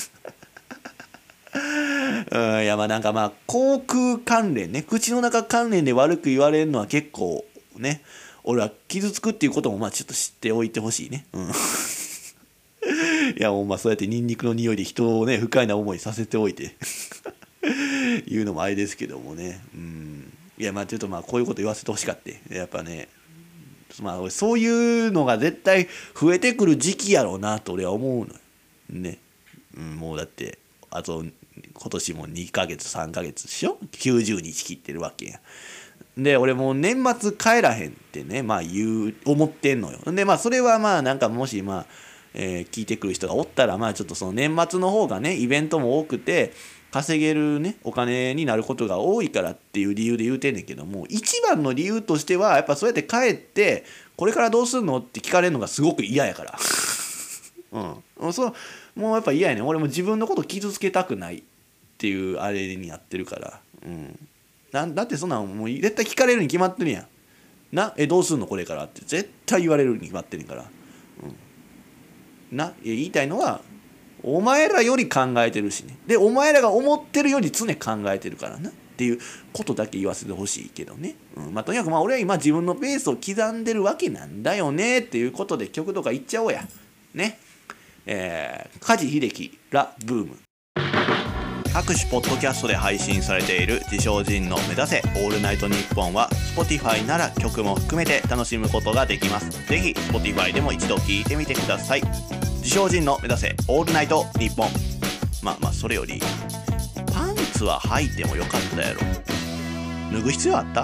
うん、いやまあなんかまあ口腔関連ね口の中関連で悪く言われるのは結構ね俺は傷つくっていうこともまあちょっと知っておいてほしいね、うん、いやもうまあそうやってニンニクの匂いで人をね不快な思いさせておいて言うのもあれですけどもね、うん、いやまあちょっとまあこういうこと言わせてほしかってやっぱねまあ俺そういうのが絶対増えてくる時期やろうなと俺は思うのよね、うん、もうだってあと今年もにかげつさんかげつでしょ、きゅうじゅうにち切ってるわけや。で俺もう年末帰らへんってねまあ言う思ってんのよ。でまあそれはまあなんかもしまあ、えー聞いてくる人がおったらまあちょっとその年末の方がねイベントも多くて稼げるねお金になることが多いからっていう理由で言うてんねんけども、一番の理由としてはやっぱそうやって帰ってこれからどうすんのって聞かれるのがすごく嫌やからうんそうもうやっぱ嫌やねん。俺も自分のこと傷つけたくないっていうあれになってるから、うん、なだってそんなんもう絶対聞かれるに決まってるやんな。えどうすんのこれからって絶対言われるに決まってるから、うん、な言いたいのはお前らより考えてるしね。でお前らが思ってるより常考えてるからなっていうことだけ言わせてほしいけどね、うん、まあとにかくまあ俺は今自分のペースを刻んでるわけなんだよねっていうことで曲とか言っちゃおうやね。えー、梶秀樹ラブーム。各種ポッドキャストで配信されている自称人の目指せオールナイトニッポンは Spotify なら曲も含めて楽しむことができます。ぜひ Spotify でも一度聞いてみてください。自称人の目指せオールナイトニッポン。まあまあそれよりパンツは履いてもよかったやろ。脱ぐ必要あった？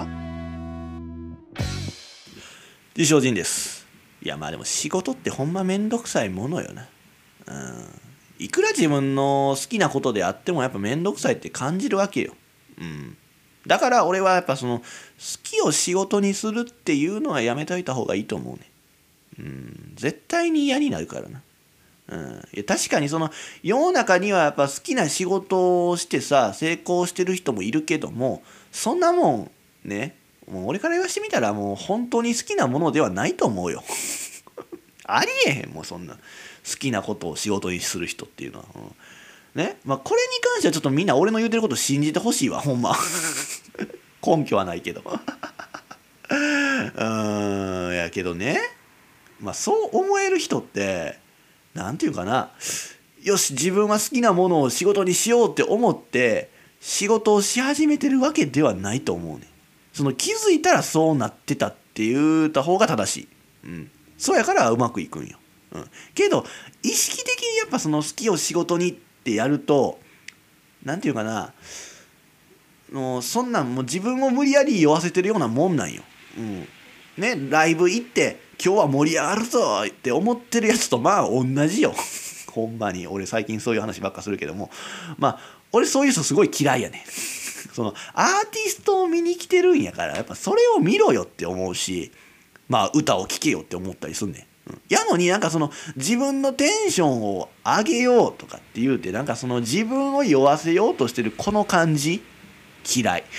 自称人です。いやまあでも仕事ってほんまめんどくさいものよな。うんいくら自分の好きなことであってもやっぱめんどくさいって感じるわけよ。うん、だから俺はやっぱその好きを仕事にするっていうのはやめといた方がいいと思うね。うん、絶対に嫌になるからな。うん、いや確かにその世の中にはやっぱ好きな仕事をしてさ成功してる人もいるけども、そんなもんねもう俺から言わしてみたらもう本当に好きなものではないと思うよありえへんもうそんな好きなことを仕事にする人っていうのは、うん、ねまあこれに関してはちょっとみんな俺の言うてることを信じてほしいわほんま根拠はないけどうーんやけどねまあそう思える人ってなんていうかな、よし自分は好きなものを仕事にしようって思って仕事をし始めてるわけではないと思うね。その気づいたらそうなってたって言った方が正しい、うん、そうやからうまくいくんよ、うん、けど意識的にやっぱその好きを仕事にってやるとなんていうかな、もうそんなんもう自分を無理やり酔わせてるようなもんなんよ、うんね、ライブ行って今日は盛り上がるぞって思ってるやつとまあ同じよほんまに俺最近そういう話ばっかするけども、まあ俺そういう人すごい嫌いやねそのアーティストを見に来てるんやからやっぱそれを見ろよって思うし、まあ歌を聴けよって思ったりすんねん、うん、やのになんかその自分のテンションを上げようとかって言うてなんかその自分を酔わせようとしてるこの感じ嫌い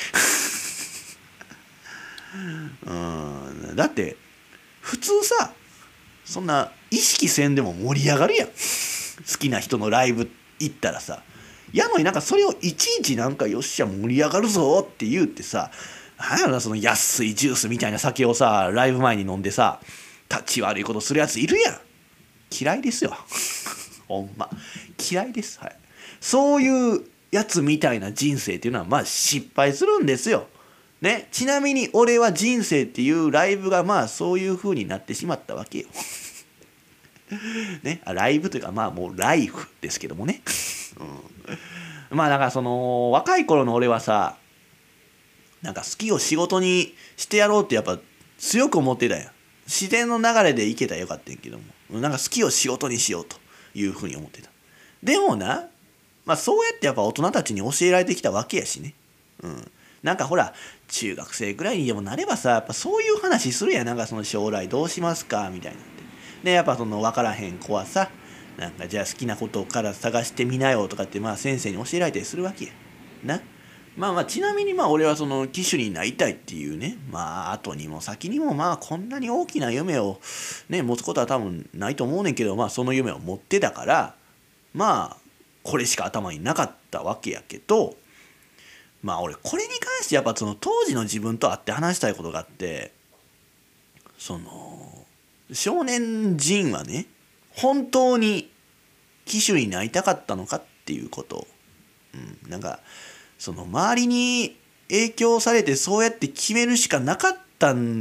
うんだって普通さそんな意識せんでも盛り上がるやん好きな人のライブ行ったらさ、やのになんかそれをいちいちなんかよっしゃ盛り上がるぞって言うってさ、なんやろなその安いジュースみたいな酒をさライブ前に飲んでさタッチ悪いことするやついるやん。嫌いですよほんま嫌いです、はい、そういうやつみたいな人生っていうのはまあ失敗するんですよね。ちなみに俺は人生っていうライブがまあそういう風になってしまったわけよね、ライブというかまあもうライフですけどもね、うん、まあだからその若い頃の俺はさなんか好きを仕事にしてやろうってやっぱ強く思ってたやん。自然の流れでいけたらよかったんやけどもなんか好きを仕事にしようというふうに思ってた。でもな、まあ、そうやってやっぱ大人たちに教えられてきたわけやしね、うん、なんかほら中学生ぐらいにでもなればさやっぱそういう話するやん。なんかその将来どうしますかみたいなってでやっぱその分からへん子はさなんかじゃあ好きなことから探してみなよとかってまあ先生に教えられたりするわけやな。まあまあちなみにまあ俺はその騎手になりたいっていうねまあ後にも先にもまあこんなに大きな夢をね持つことは多分ないと思うねんけどまあその夢を持ってたからまあこれしか頭になかったわけやけどまあ俺これに関してやっぱその当時の自分と会って話したいことがあってその少年ジンはね本当に騎手になりたかったのかっていうこと、うん、なんかその周りに影響されてそうやって決めるしかなかったん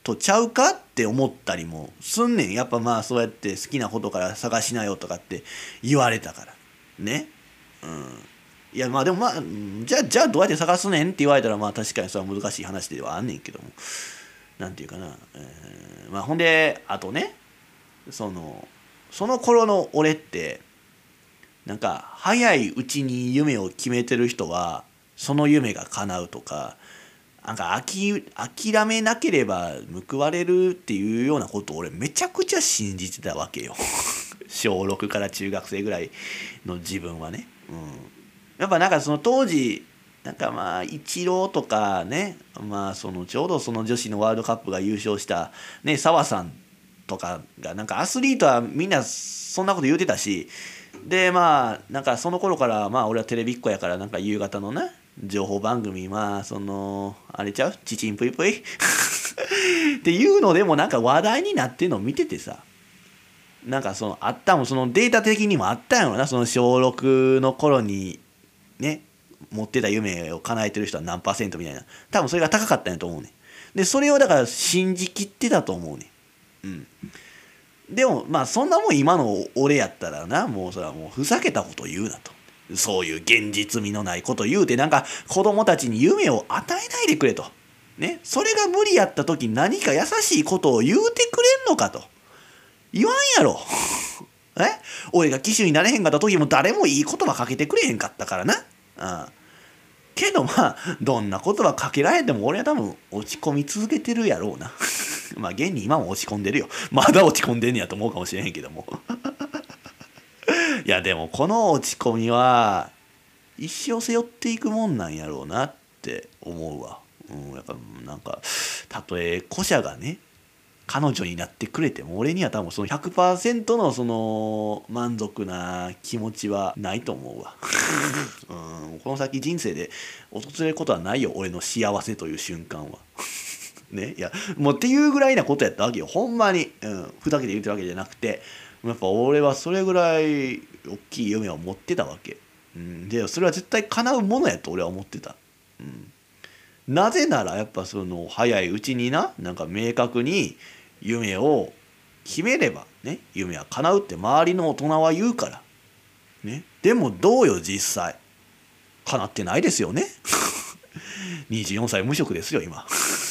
とちゃうかって思ったりもすんねん。やっぱまあそうやって好きなことから探しなよとかって言われたからね。うん、いやまあでもまあじゃあじゃあどうやって探すねんって言われたらまあ確かにそれは難しい話ではあんねんけども、なんていうかな、えー、まあほんであとね、そのその頃の俺ってなんか早いうちに夢を決めてる人はその夢が叶うとか、なんか諦めなければ報われるっていうようなことを俺めちゃくちゃ信じてたわけよ小ろくから中学生ぐらいの自分はね、うん、やっぱなんかその当時なんかまあイチローとかね、まあそのちょうどその女子のワールドカップが優勝したね澤さんとかがなんかアスリートはみんなそんなこと言うてたし、でまあなんかその頃からまあ俺はテレビっ子やからなんか夕方のね情報番組、まあそのあれちゃうチチンプイプイっていうのでもなんか話題になってるのを見ててさ、なんかそのあったもん、そのデータ的にもあったんやろな、その小ろくの頃にね持ってた夢を叶えてる人は何パーセントみたいな、多分それが高かったんやと思うね。でそれをだから信じきってたと思うね。うんでもまあそんなもん今の俺やったらな、もうそれはもうふざけたこと言うなと、そういう現実味のないこと言うてなんか子供たちに夢を与えないでくれとね、それが無理やった時何か優しいことを言うてくれんのかと言わんやろえ俺が騎手になれへんかった時も誰もいい言葉かけてくれへんかったからな。ああけどまあどんな言葉かけられても俺は多分落ち込み続けてるやろうなまあ現に今も落ち込んでるよ、まだ落ち込んでんねやと思うかもしれへんけどもいやでもこの落ち込みは一生背負っていくもんなんやろうなって思うわ、うん、やっぱなんかたとえ古社がね彼女になってくれても俺には多分その ひゃくパーセント のその満足な気持ちはないと思うわうん、この先人生で訪れることはないよ俺の幸せという瞬間はね、いやもうっていうぐらいなことやったわけよほんまに、うん、ふざけて言ってるわけじゃなくて、やっぱ俺はそれぐらい大きい夢を持ってたわけ、うん、でそれは絶対叶うものやと俺は思ってた、うん、なぜならやっぱその早いうちにな、なんか明確に夢を決めればね夢は叶うって周りの大人は言うからね。でもどうよ実際叶ってないですよねにじゅうよんさい無職ですよ今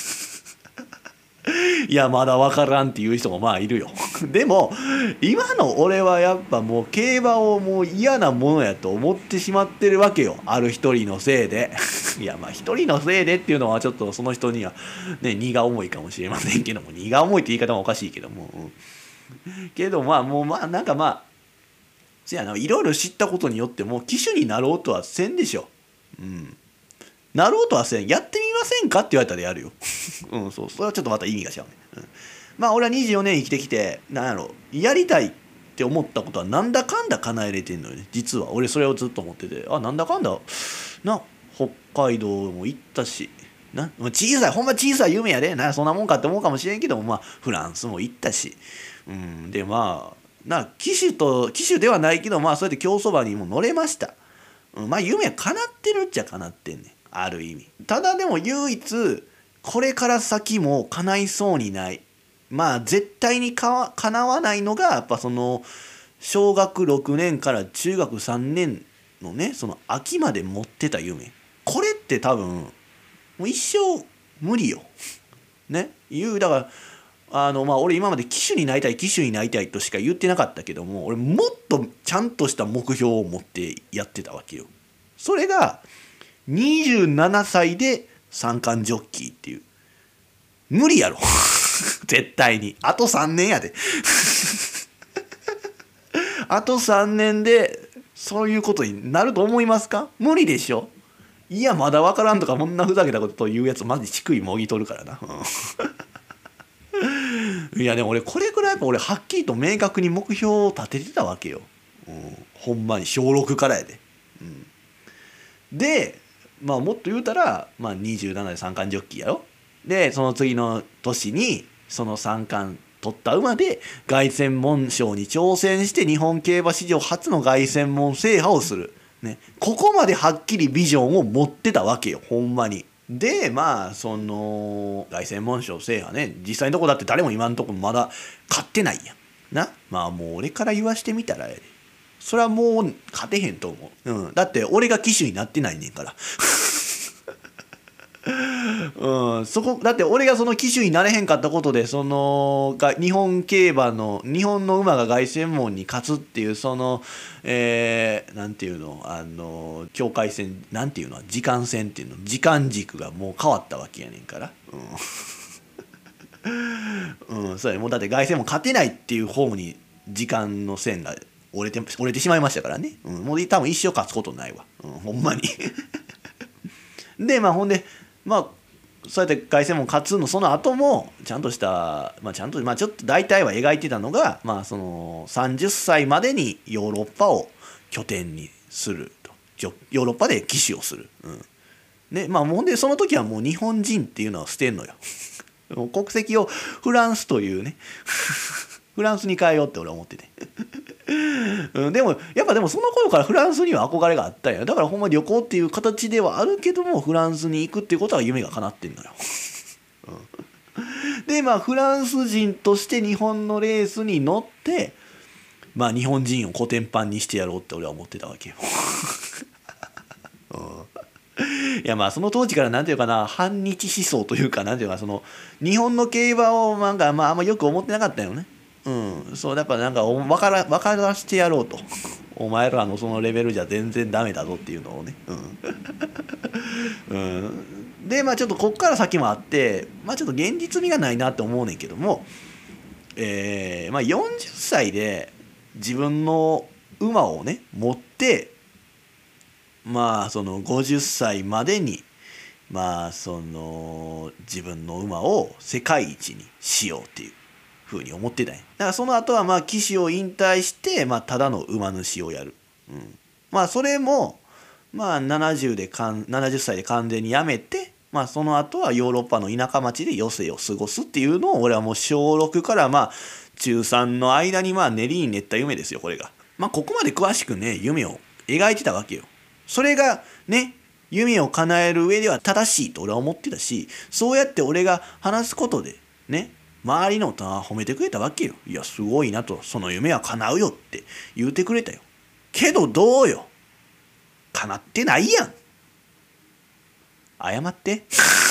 いやまだ分からんっていう人もまあいるよでも今の俺はやっぱもう競馬をもう嫌なものやと思ってしまってるわけよ、ある一人のせいでいやまあ一人のせいでっていうのはちょっとその人にはね荷が重いかもしれませんけども、荷が重いって言い方もおかしいけども、うん、けどまあもうまあなんかまあそやないろいろ知ったことによってもう騎手になろうとはせんでしょ、うんなろうとはせん、やってみませんかって言われたらやるようんそう、それはちょっとまた意味が違うね、うん、まあ俺はにじゅうよねん生きてきてなんやろやりたいって思ったことはなんだかんだ叶えれてんのよね。実は俺それをずっと思ってて、あなんだかんだな北海道も行ったしな、小さいほんま小さい夢やでな、そんなもんかって思うかもしれんけども、まあフランスも行ったし、うんでまあな騎手と騎手ではないけどまあそうやって競走馬にも乗れました、うん、まあ夢は叶ってるっちゃ叶ってんねんある意味。ただでも唯一これから先も叶いそうにない、まあ絶対にか叶わないのがやっぱその小学ろくねんから中学さんねんのねその秋まで持ってた夢、これって多分もう一生無理よね。言うだからあのまあ俺今まで騎手になりたい騎手になりたいとしか言ってなかったけども、俺もっとちゃんとした目標を持ってやってたわけよ。それがにじゅうななさいで三冠ジョッキーっていう、無理やろ絶対にあとさんねんやであとさんねんでそういうことになると思いますか？無理でしょ。いやまだ分からんとかこんなふざけたこと言うやつマジ乳首もぎ取るからないやでも俺これくらいやっぱ俺はっきりと明確に目標を立ててたわけよ、うん、ほんまに小ろくからやで、うん、でまあもっと言うたら、まあ、にじゅうななで三冠ジョッキーやろ。でその次の年にその三冠取った馬で凱旋門賞に挑戦して日本競馬史上初の凱旋門制覇をする、ね、ここまではっきりビジョンを持ってたわけよほんまに。 でまあその凱旋門賞せいやね、実際のとこだって誰も今のとこまだ勝ってないやんな。まあもう俺から言わしてみたらやで、それはもう勝てへんと思う、うん、だって俺が騎手になってないねんからうん、そこだって俺がその騎手になれへんかったことで、そのが日本競馬の日本の馬が凱旋門に勝つっていう、そのえー、なんていうの、あの境界線なんていうの、時間線っていうの、時間軸がもう変わったわけやねんから、うん、うん、そうや、もうだって凱旋門勝てないっていう方に時間の線が折れて折れてしまいましたからね、うん、もう多分一生勝つことないわ、うん、ほんまにでまあほんでまあそうやって凱旋門勝つのその後もちゃんとした、まあ、ちゃんとまあちょっと大体は描いてたのが、まあそのさんじゅっさいまでにヨーロッパを拠点にすると、ヨーロッパで騎手をする、うんね、まあほんでその時はもう日本人っていうのは捨てんのよ国籍をフランスというねフランスに変えようって俺は思っててうん、でもやっぱでもその頃からフランスには憧れがあったんや。だからほんま旅行っていう形ではあるけども、フランスに行くっていうことは夢が叶ってんのよ、うん、でまあフランス人として日本のレースに乗ってまあ日本人をコテンパンにしてやろうって俺は思ってたわけよ、うん、いやまあその当時からなんていうかな、反日思想というか、なんていうかその日本の競馬をなんかまああんまよく思ってなかったよね。うん、そうやっぱなんか分から分からしてやろうと、お前らのそのレベルじゃ全然ダメだぞっていうのをね、うんうん、でまあちょっとこっから先もあって、まあちょっと現実味がないなって思うねんけども、えーまあ、よんじゅっさいで自分の馬をね持って、まあそのごじゅっさいまでにまあその自分の馬を世界一にしようっていうふうに思ってたんや。だからその後はまあ騎手を引退して、まあ、ただの馬主をやる、うん、まあそれもまあななじゅうでかんななじゅっさいで完全にやめて、まあその後はヨーロッパの田舎町で余生を過ごすっていうのを俺はもうしょうろくからまあ中さんの間にまあ練りに練った夢ですよこれが。まあここまで詳しくね夢を描いてたわけよ。それがね夢を叶える上では正しいと俺は思ってたし、そうやって俺が話すことでね周りの大人は褒めてくれたわけよ。いやすごいなと、その夢は叶うよって言うてくれたよ。けどどうよ、叶ってないやん。謝って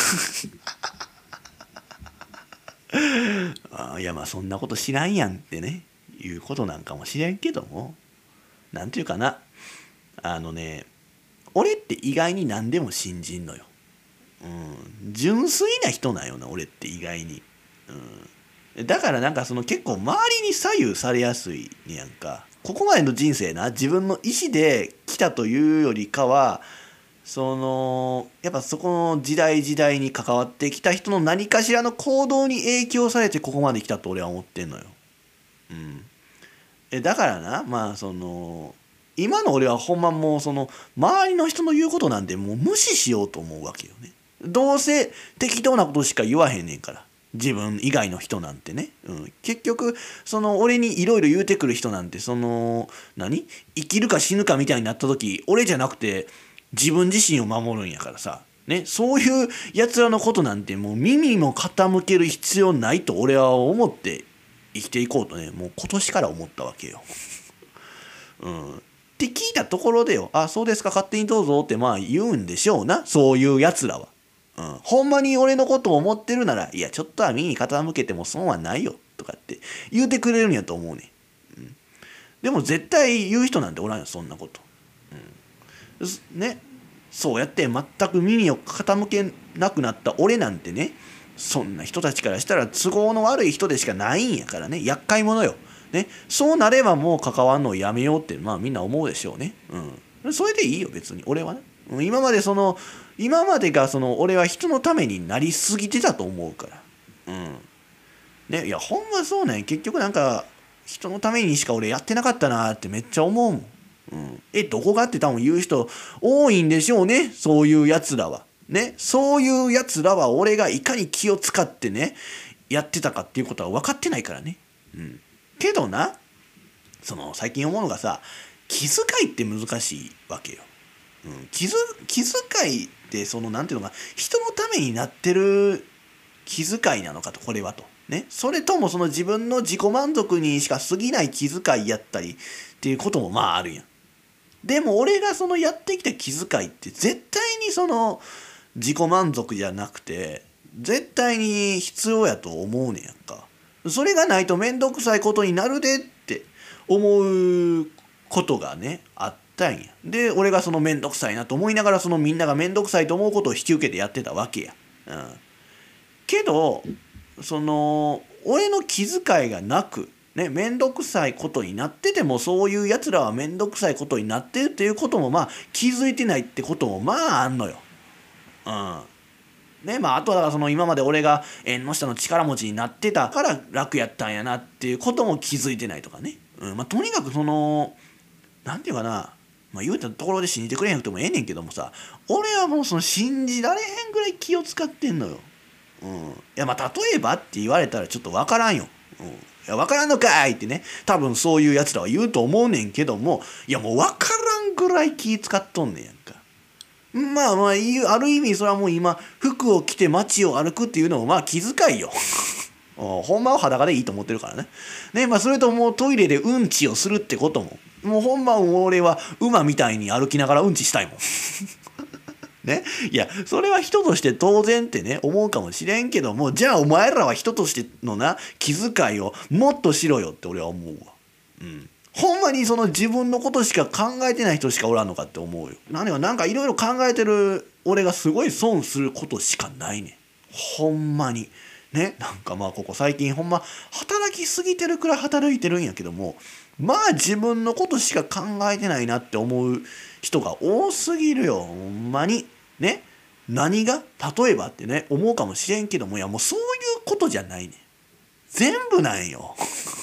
あ、いやまあそんなこと知らんやんってねいうことなんかもしれんけども、なんていうかな、あのね俺って意外に何でも信じんのよ、うん、純粋な人なんよな俺って意外に、うん、だからなんかその結構周りに左右されやすいねやんか。ここまでの人生な自分の意思で来たというよりかは、そのやっぱそこの時代時代に関わってきた人の何かしらの行動に影響されてここまで来たと俺は思ってんのよ、うん、えだからなまあその今の俺はほんまもうその周りの人の言うことなんてもう無視しようと思うわけよね。どうせ適当なことしか言わへんねんから自分以外の人なんてね、うん、結局その俺にいろいろ言うてくる人なんてその何生きるか死ぬかみたいになった時俺じゃなくて自分自身を守るんやからさ、ね、そういうやつらのことなんてもう耳も傾ける必要ないと俺は思って生きていこうとねもう今年から思ったわけよ。うんって聞いたところでよ、あそうですか勝手にどうぞってまあ言うんでしょうなそういうやつらは、うん、ほんまに俺のことを思ってるならいやちょっとは耳傾けても損はないよとかって言うてくれるんやと思うね、うん、でも絶対言う人なんておらんよそんなこと、うん、ねそうやって全く耳を傾けなくなった俺なんてねそんな人たちからしたら都合の悪い人でしかないんやからね厄介者よね、そうなればもう関わるのをやめようってまあみんな思うでしょうね、うん、それでいいよ別に俺はね。今までその今までがその俺は人のためになりすぎてたと思うから、うんね、いやほんまそうね結局なんか人のためにしか俺やってなかったなってめっちゃ思うもん、うん、えどこがって多分言う人多いんでしょうねそういうやつらはね、そういうやつらは俺がいかに気を使ってねやってたかっていうことは分かってないからね、うんけどなその最近思うのがさ気遣いって難しいわけよ。 うん、気づ気遣いってそのなんていうのか人のためになってる気遣いなのかとこれはとねそれともその自分の自己満足にしか過ぎない気遣いやったりっていうこともまああるやん。でも俺がそのやってきた気遣いって絶対にその自己満足じゃなくて絶対に必要やと思うねんやんか。それがないと面倒くさいことになるでって思うことがねあったんや。で俺がその面倒くさいなと思いながらそのみんなが面倒くさいと思うことを引き受けてやってたわけや。うん、けどその俺の気遣いがなくね面倒くさいことになっててもそういうやつらは面倒くさいことになってるっていうこともまあ気づいてないってこともまああんのよ。うんねまあ、あとはだからその今まで俺が縁の下の力持ちになってたから楽やったんやなっていうことも気づいてないとかね、うんまあ、とにかくそのなんていうかな、まあ、言うたところで信じてくれへんくてもええねんけどもさ俺はもうその信じられへんぐらい気を使ってんのよ。うん、いやまあ例えばって言われたらちょっと分からんよ。うん、いや分からんのかいってね多分そういうやつらは言うと思うねんけどもいやもう分からんぐらい気使っとんねんやんか。まあまあある意味それはもう今服を着て街を歩くっていうのもまあ気遣いよほんまは裸でいいと思ってるからね。ねまあそれともうトイレでうんちをするってことももうほんま俺は馬みたいに歩きながらうんちしたいもんねいやそれは人として当然ってね思うかもしれんけどもじゃあお前らは人としてのな気遣いをもっとしろよって俺は思うわ。うんほんまにその自分のことしか考えてない人しかおらんのかって思うよ。何がなんかいろいろ考えてる俺がすごい損することしかないねん。ほんまに。ね。なんかまあここ最近ほんま働きすぎてるくらい働いてるんやけどもまあ自分のことしか考えてないなって思う人が多すぎるよ。ほんまに。ね。何が例えばってね思うかもしれんけどもいやもうそういうことじゃないねん。全部なんよ。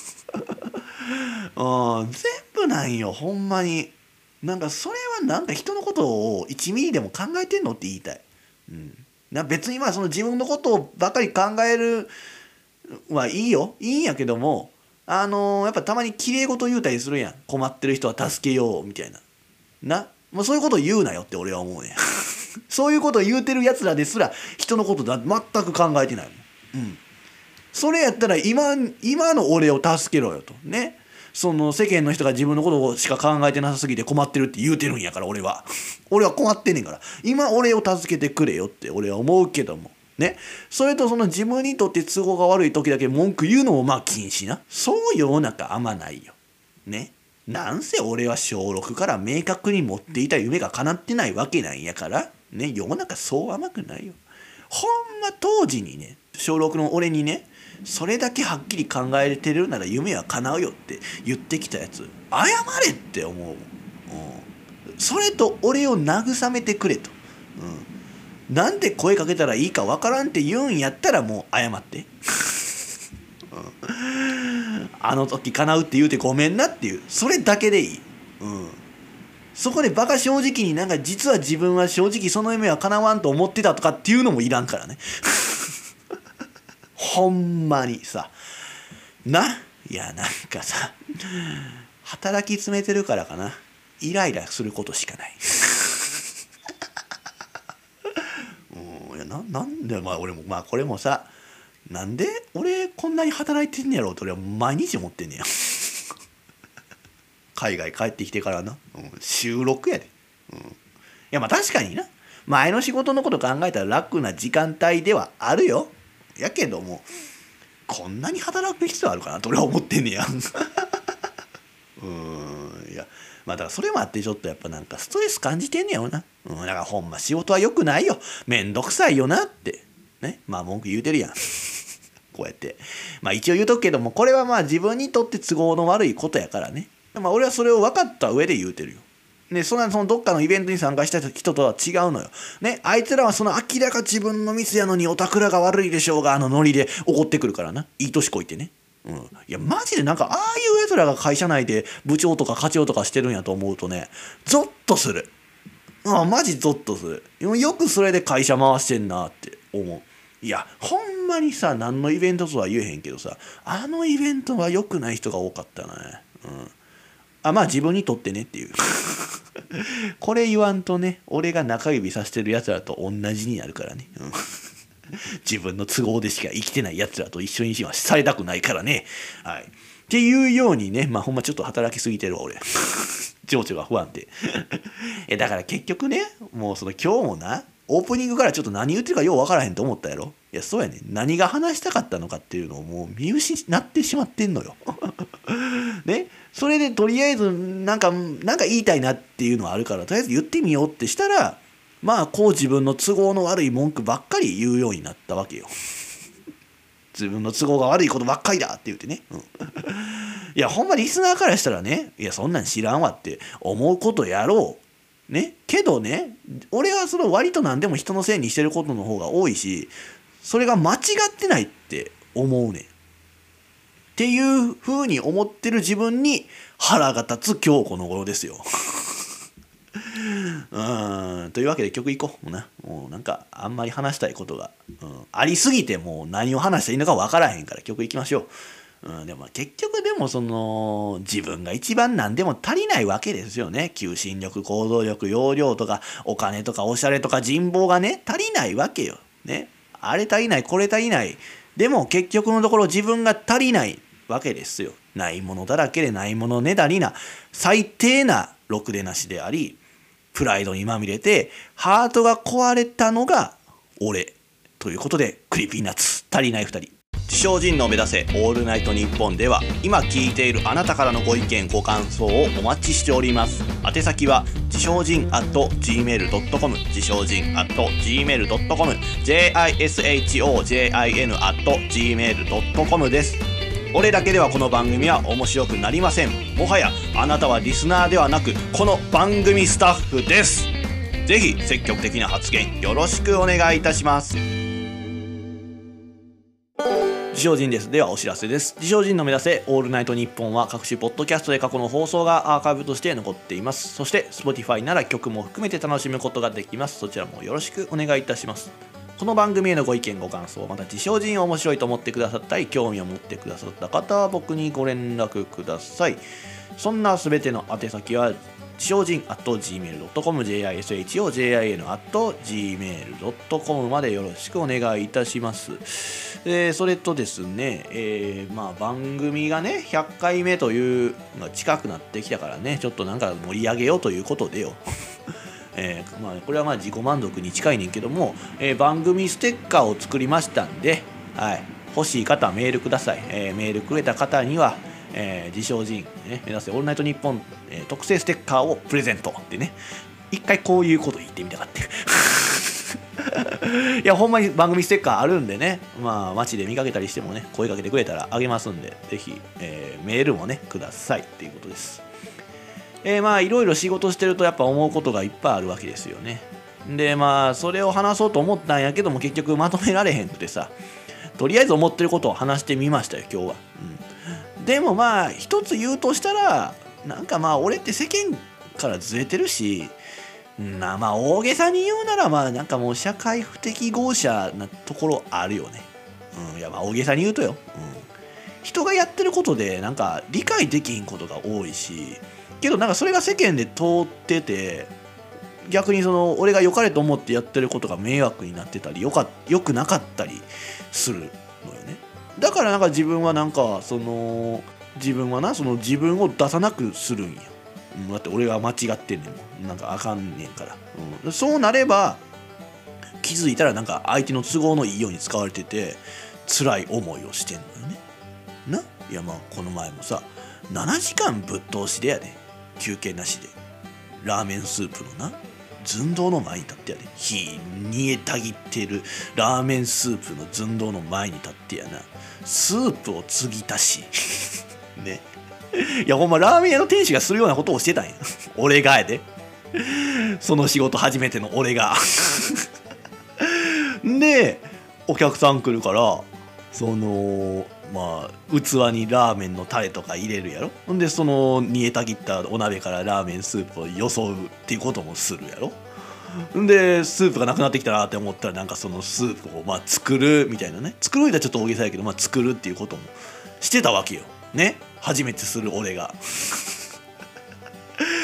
うん、全部なんよほんまに。なんかそれはなんか人のことをいちミリでも考えてんのって言いたい。うん、な別にまあその自分のことばかり考えるはいいよいいんやけどもあのー、やっぱたまにきれい事言うたりするやん。困ってる人は助けようみたいななもうそういうこと言うなよって俺は思うねそういうこと言うてるやつらですら人のことだ全く考えてないもん。うんそれやったら今今の俺を助けろよとね。その世間の人が自分のことしか考えてなさすぎて困ってるって言うてるんやから俺は俺は困ってんねんから今俺を助けてくれよって俺は思うけどもね。それとその自分にとって都合が悪い時だけ文句言うのもまあ禁止な。そう世の中あんまないよね。なんせ俺は小ろくから明確に持っていた夢が叶ってないわけなんやからね。世の中そう甘くないよ。ほんま当時にね小ろくの俺にねそれだけはっきり考えてるなら夢は叶うよって言ってきたやつ謝れって思う、うん、それと俺を慰めてくれと、うん、なんで声かけたらいいかわからんって言うんやったらもう謝って、うん、あの時叶うって言うてごめんなっていうそれだけでいい、うん、そこでバカ正直になんか実は自分は正直その夢は叶わんと思ってたとかっていうのもいらんからねほんまにさないやなんかさ働き詰めてるからかなイライラすることしかないうんいや な, なんでまあ俺もまあこれもさなんで俺こんなに働いてんねやろうと俺は毎日思ってんねや海外帰ってきてからな、うん、収録やで、うん、いやまあ確かにな前の仕事のこと考えたら楽な時間帯ではあるよ。やけどもこんなに働く必要あるかなと俺は思ってんねやうーんいやまあだからそれもあってちょっとやっぱなんかストレス感じてんねやろな、うん、だからほんま仕事は良くないよめんどくさいよなってねまあ文句言うてるやんこうやってまあ一応言うとくけどもこれはまあ自分にとって都合の悪いことやからねまあ俺はそれを分かった上で言うてるよ。ね、そんなそのどっかのイベントに参加した人とは違うのよ。ね、あいつらはその明らか自分のミスやのにおたくらが悪いでしょうがあのノリで怒ってくるからな。いい年こいてね。うん、いやマジでなんかああいうやつらが会社内で部長とか課長とかしてるんやと思うとねゾッとする。あマジゾッとする。よくそれで会社回してんなって思う。いやほんまにさ何のイベントとは言えへんけどさあのイベントは良くない人が多かったね。うんあまあ自分にとってねっていうこれ言わんとね、俺が中指さしてるやつらと同じになるからね、うん、自分の都合でしか生きてないやつらと一緒にはされたくないからね、はい、っていうようにね、まあほんまちょっと働きすぎてるわ俺情緒が不安定えだから結局ね、もうその今日もなオープニングからちょっと何言ってるかよう分からへんと思ったやろ。いやそうやね、何が話したかったのかっていうのをもう見失ってしまってんのよね、それでとりあえずなんかなんか言いたいなっていうのはあるから、とりあえず言ってみようってしたら、まあこう自分の都合の悪い文句ばっかり言うようになったわけよ自分の都合が悪いことばっかりだって言ってね、うん、いやほんまリスナーからしたらね、いやそんなん知らんわって思うことやろうね、けどね、俺はその割と何でも人のせいにしてることの方が多いし、それが間違ってないって思うねんっていう風に思ってる自分に腹が立つ今日この頃ですようんというわけで曲いこう。もうな、もうなんかあんまり話したいことが、うん、ありすぎてもう何を話していいのか分からへんから曲いきましょう。うん、でも結局でもその自分が一番何でも足りないわけですよね。求心力、行動力、容量とかお金とかおしゃれとか人望がね足りないわけよ。ね、あれ足りないこれ足りない。でも結局のところ自分が足りないわけですよ。ないものだらけでないものねだりな最低なろくでなしであり、プライドにまみれてハートが壊れたのが俺ということで、クリーピーナッツ足りないふたり。自称人の目指せオールナイトニッポンでは今聞いているあなたからのご意見ご感想をお待ちしております。宛先は自称人 アットジーメールドットコム 自称人 アットジーメールドットコム ジェイアイエスエイチオージェイアイエヌ アットジーメールドットコム です。俺だけではこの番組は面白くなりません。もはやあなたはリスナーではなくこの番組スタッフです。ぜひ積極的な発言よろしくお願いいたします。自称人です。ではお知らせです。自称人の目指せオールナイトニッポンは各種ポッドキャストで過去の放送がアーカイブとして残っています。そして Spotify なら曲も含めて楽しむことができます。そちらもよろしくお願いいたします。この番組へのご意見ご感想、また自称人を面白いと思ってくださったり興味を持ってくださった方は僕にご連絡ください。そんなすべての宛先は自称人 アットジーメールドットコム ジェイアイエスエイチオージェイアイエヌ アットジーメールドットコム までよろしくお願いいたします。えー、それとですね、えー、まあ番組がねひゃっかいめというのが近くなってきたからね、ちょっとなんか盛り上げようということでよえーまあ、これはまあ自己満足に近いねんけども、えー、番組ステッカーを作りましたんで、はい、欲しい方はメールください。えー、メールくれた方には、えー、自称人、ね、目指せオールナイトニッポン、えー、特製ステッカーをプレゼントでね、一回こういうこと言ってみたかったいやほんまに番組ステッカーあるんでね、まあ街で見かけたりしてもね声かけてくれたらあげますんで、ぜひ、えー、メールもねくださいっていうことです。えー、まあいろいろ仕事してるとやっぱ思うことがいっぱいあるわけですよね。でまあそれを話そうと思ったんやけども結局まとめられへんくてさ、とりあえず思ってることを話してみましたよ今日は、うん、でもまあ一つ言うとしたら、なんかまあ俺って世間からずれてるし、なまあ大げさに言うならまあなんかもう社会不適合者なところあるよね、うん、いやまあ大げさに言うとよ、うん、人がやってることでなんか理解できひんことが多いし、けどなんかそれが世間で通ってて、逆にその俺が良かれと思ってやってることが迷惑になってたりよか良くなかったりするのよね。だからなんか自分はなんかその自分はなその自分を出さなくするんや、うん、だって俺が間違ってんねんもん、なんかあかんねんから、うん、そうなれば気づいたらなんか相手の都合のいいように使われてて辛い思いをしてんのよね。な、いやまあこの前もさななじかんぶっ通しでやで、休憩なしでラーメンスープのな寸胴の前に立ってやで、火煮えたぎってるラーメンスープの寸胴の前に立ってやな、スープを継ぎ足しね、いやほんまラーメン屋の店主がするようなことをしてたんや俺がやで、その仕事初めての俺がでお客さん来るからそのまあ器にラーメンのタレとか入れるやろ。ほんでその煮えたぎったお鍋からラーメンスープをよそうっていうこともするやろ。んでスープがなくなってきたなって思ったらなんかそのスープをまあ作るみたいなね、作るみたいなちょっと大げさやけど、まあ作るっていうこともしてたわけよね、初めてする俺が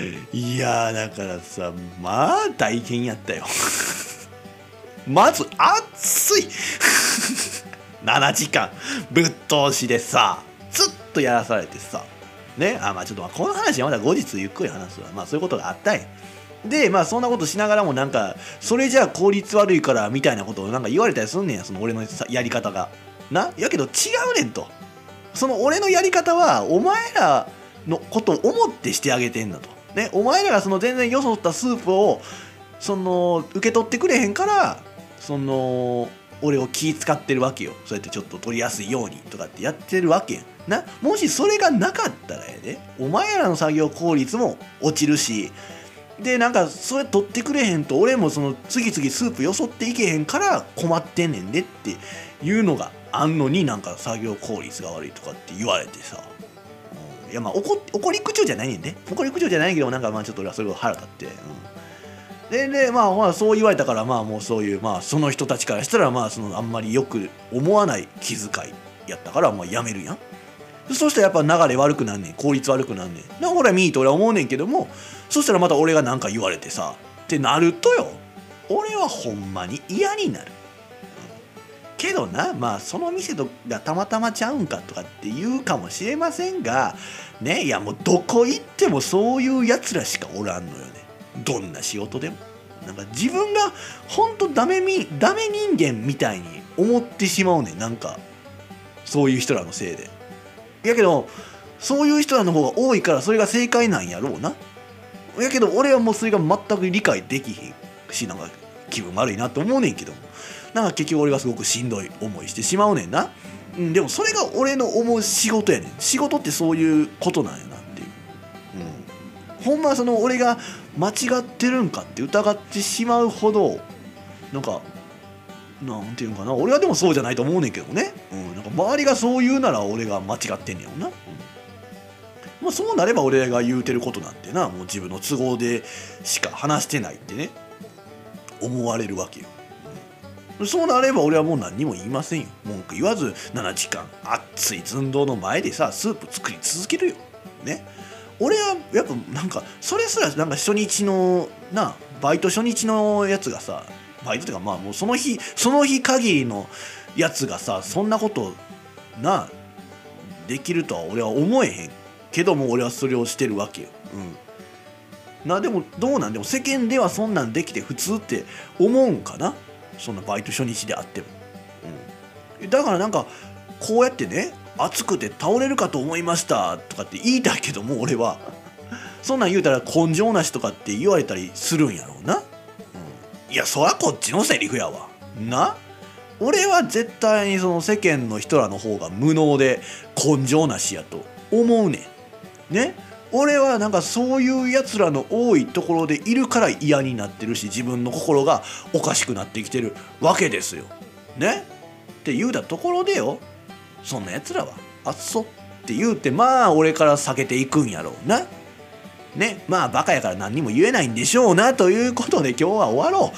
いやーだからさ、まあ大変やったよまず暑いななじかんぶっ通しでさ、ずっとやらされてさね。あ、まあちょっとこの話はまだ後日ゆっくり話すわ。まあそういうことがあったんや。でまあそんなことしながらもなんかそれじゃあ効率悪いからみたいなことをなんか言われたりすんねんや、その俺のやり方がな。やけど違うねんと。その俺のやり方はお前らのことを思ってしてあげてんだとね。お前らがその全然よそったスープをその受け取ってくれへんから、その俺を気使ってるわけよ。そうやってちょっと取りやすいようにとかってやってるわけやんな。もしそれがなかったらやで、お前らの作業効率も落ちるし、でなんかそれ取ってくれへんと俺もその次々スープよそっていけへんから困ってんねんでっていうのがあんのに、なんか作業効率が悪いとかって言われてさ、うん、いやまあ怒怒り口調じゃないねんで、怒り口調じゃないけど、なんかまあちょっと俺はそれが腹立って、うんででまあまあそう言われたから、まあもうそういうまあその人たちからしたらまあそのあんまりよく思わない気遣いやったからまあやめるやん。そしたらやっぱ流れ悪くなんねん、効率悪くなんねん。だからほらミーと俺は思うねんけども、そしたらまた俺が何か言われてさってなるとよ、俺はほんまに嫌になる、うん、けどな、まあその店がたまたまちゃうんかとかって言うかもしれませんがね。いやもうどこ行ってもそういうやつらしかおらんのよね。どんな仕事でもなんか自分がほんとダメみダメ人間みたいに思ってしまうねん。なんかそういう人らのせいで。やけどそういう人らの方が多いからそれが正解なんやろうな。やけど俺はもうそれが全く理解できひんし、なんか気分悪いなって思うねんけども、なんか結局俺がすごくしんどい思いしてしまうねんな、うん、でもそれが俺の思う仕事やねん。仕事ってそういうことなんやなっていう、うん、ほんまはその俺が間違ってるんかって疑ってしまうほどなんかなんていうのかな、俺はでもそうじゃないと思うねんけどね、うん、なんか周りがそう言うなら俺が間違ってんねやろな、うん、まあ、そうなれば俺が言うてることなんてな、もう自分の都合でしか話してないってね思われるわけよ、うん、そうなれば俺はもう何にも言いませんよ。文句言わずななじかん熱い寸胴の前でさスープ作り続けるよね。俺はやっぱなんかそれすらなんか初日のなバイト初日のやつがさ、バイトっていうかまあもうその日その日限りのやつがさそんなことなできるとは俺は思えへんけども、俺はそれをしてるわけよ、うん、なでもどうなんでも世間ではそんなんできて普通って思うんかな、そんなバイト初日であっても、うん、だからなんかこうやってね暑くて倒れるかと思いましたとかって言いたいけども、俺はそんなん言うたら根性なしとかって言われたりするんやろうな、うん、いやそらこっちのセリフやわな。俺は絶対にその世間の人らの方が無能で根性なしやと思うねんね。俺はなんかそういうやつらの多いところでいるから嫌になってるし、自分の心がおかしくなってきてるわけですよね。って言うたところでよ、そんなやつらはあっそって言うてまあ俺から避けていくんやろうなね。まあバカやから何にも言えないんでしょうなということで今日は終わろう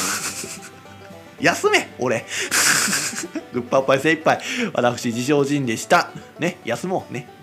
休め俺グッパッパイ精一杯私自称人でしたね。休もうね。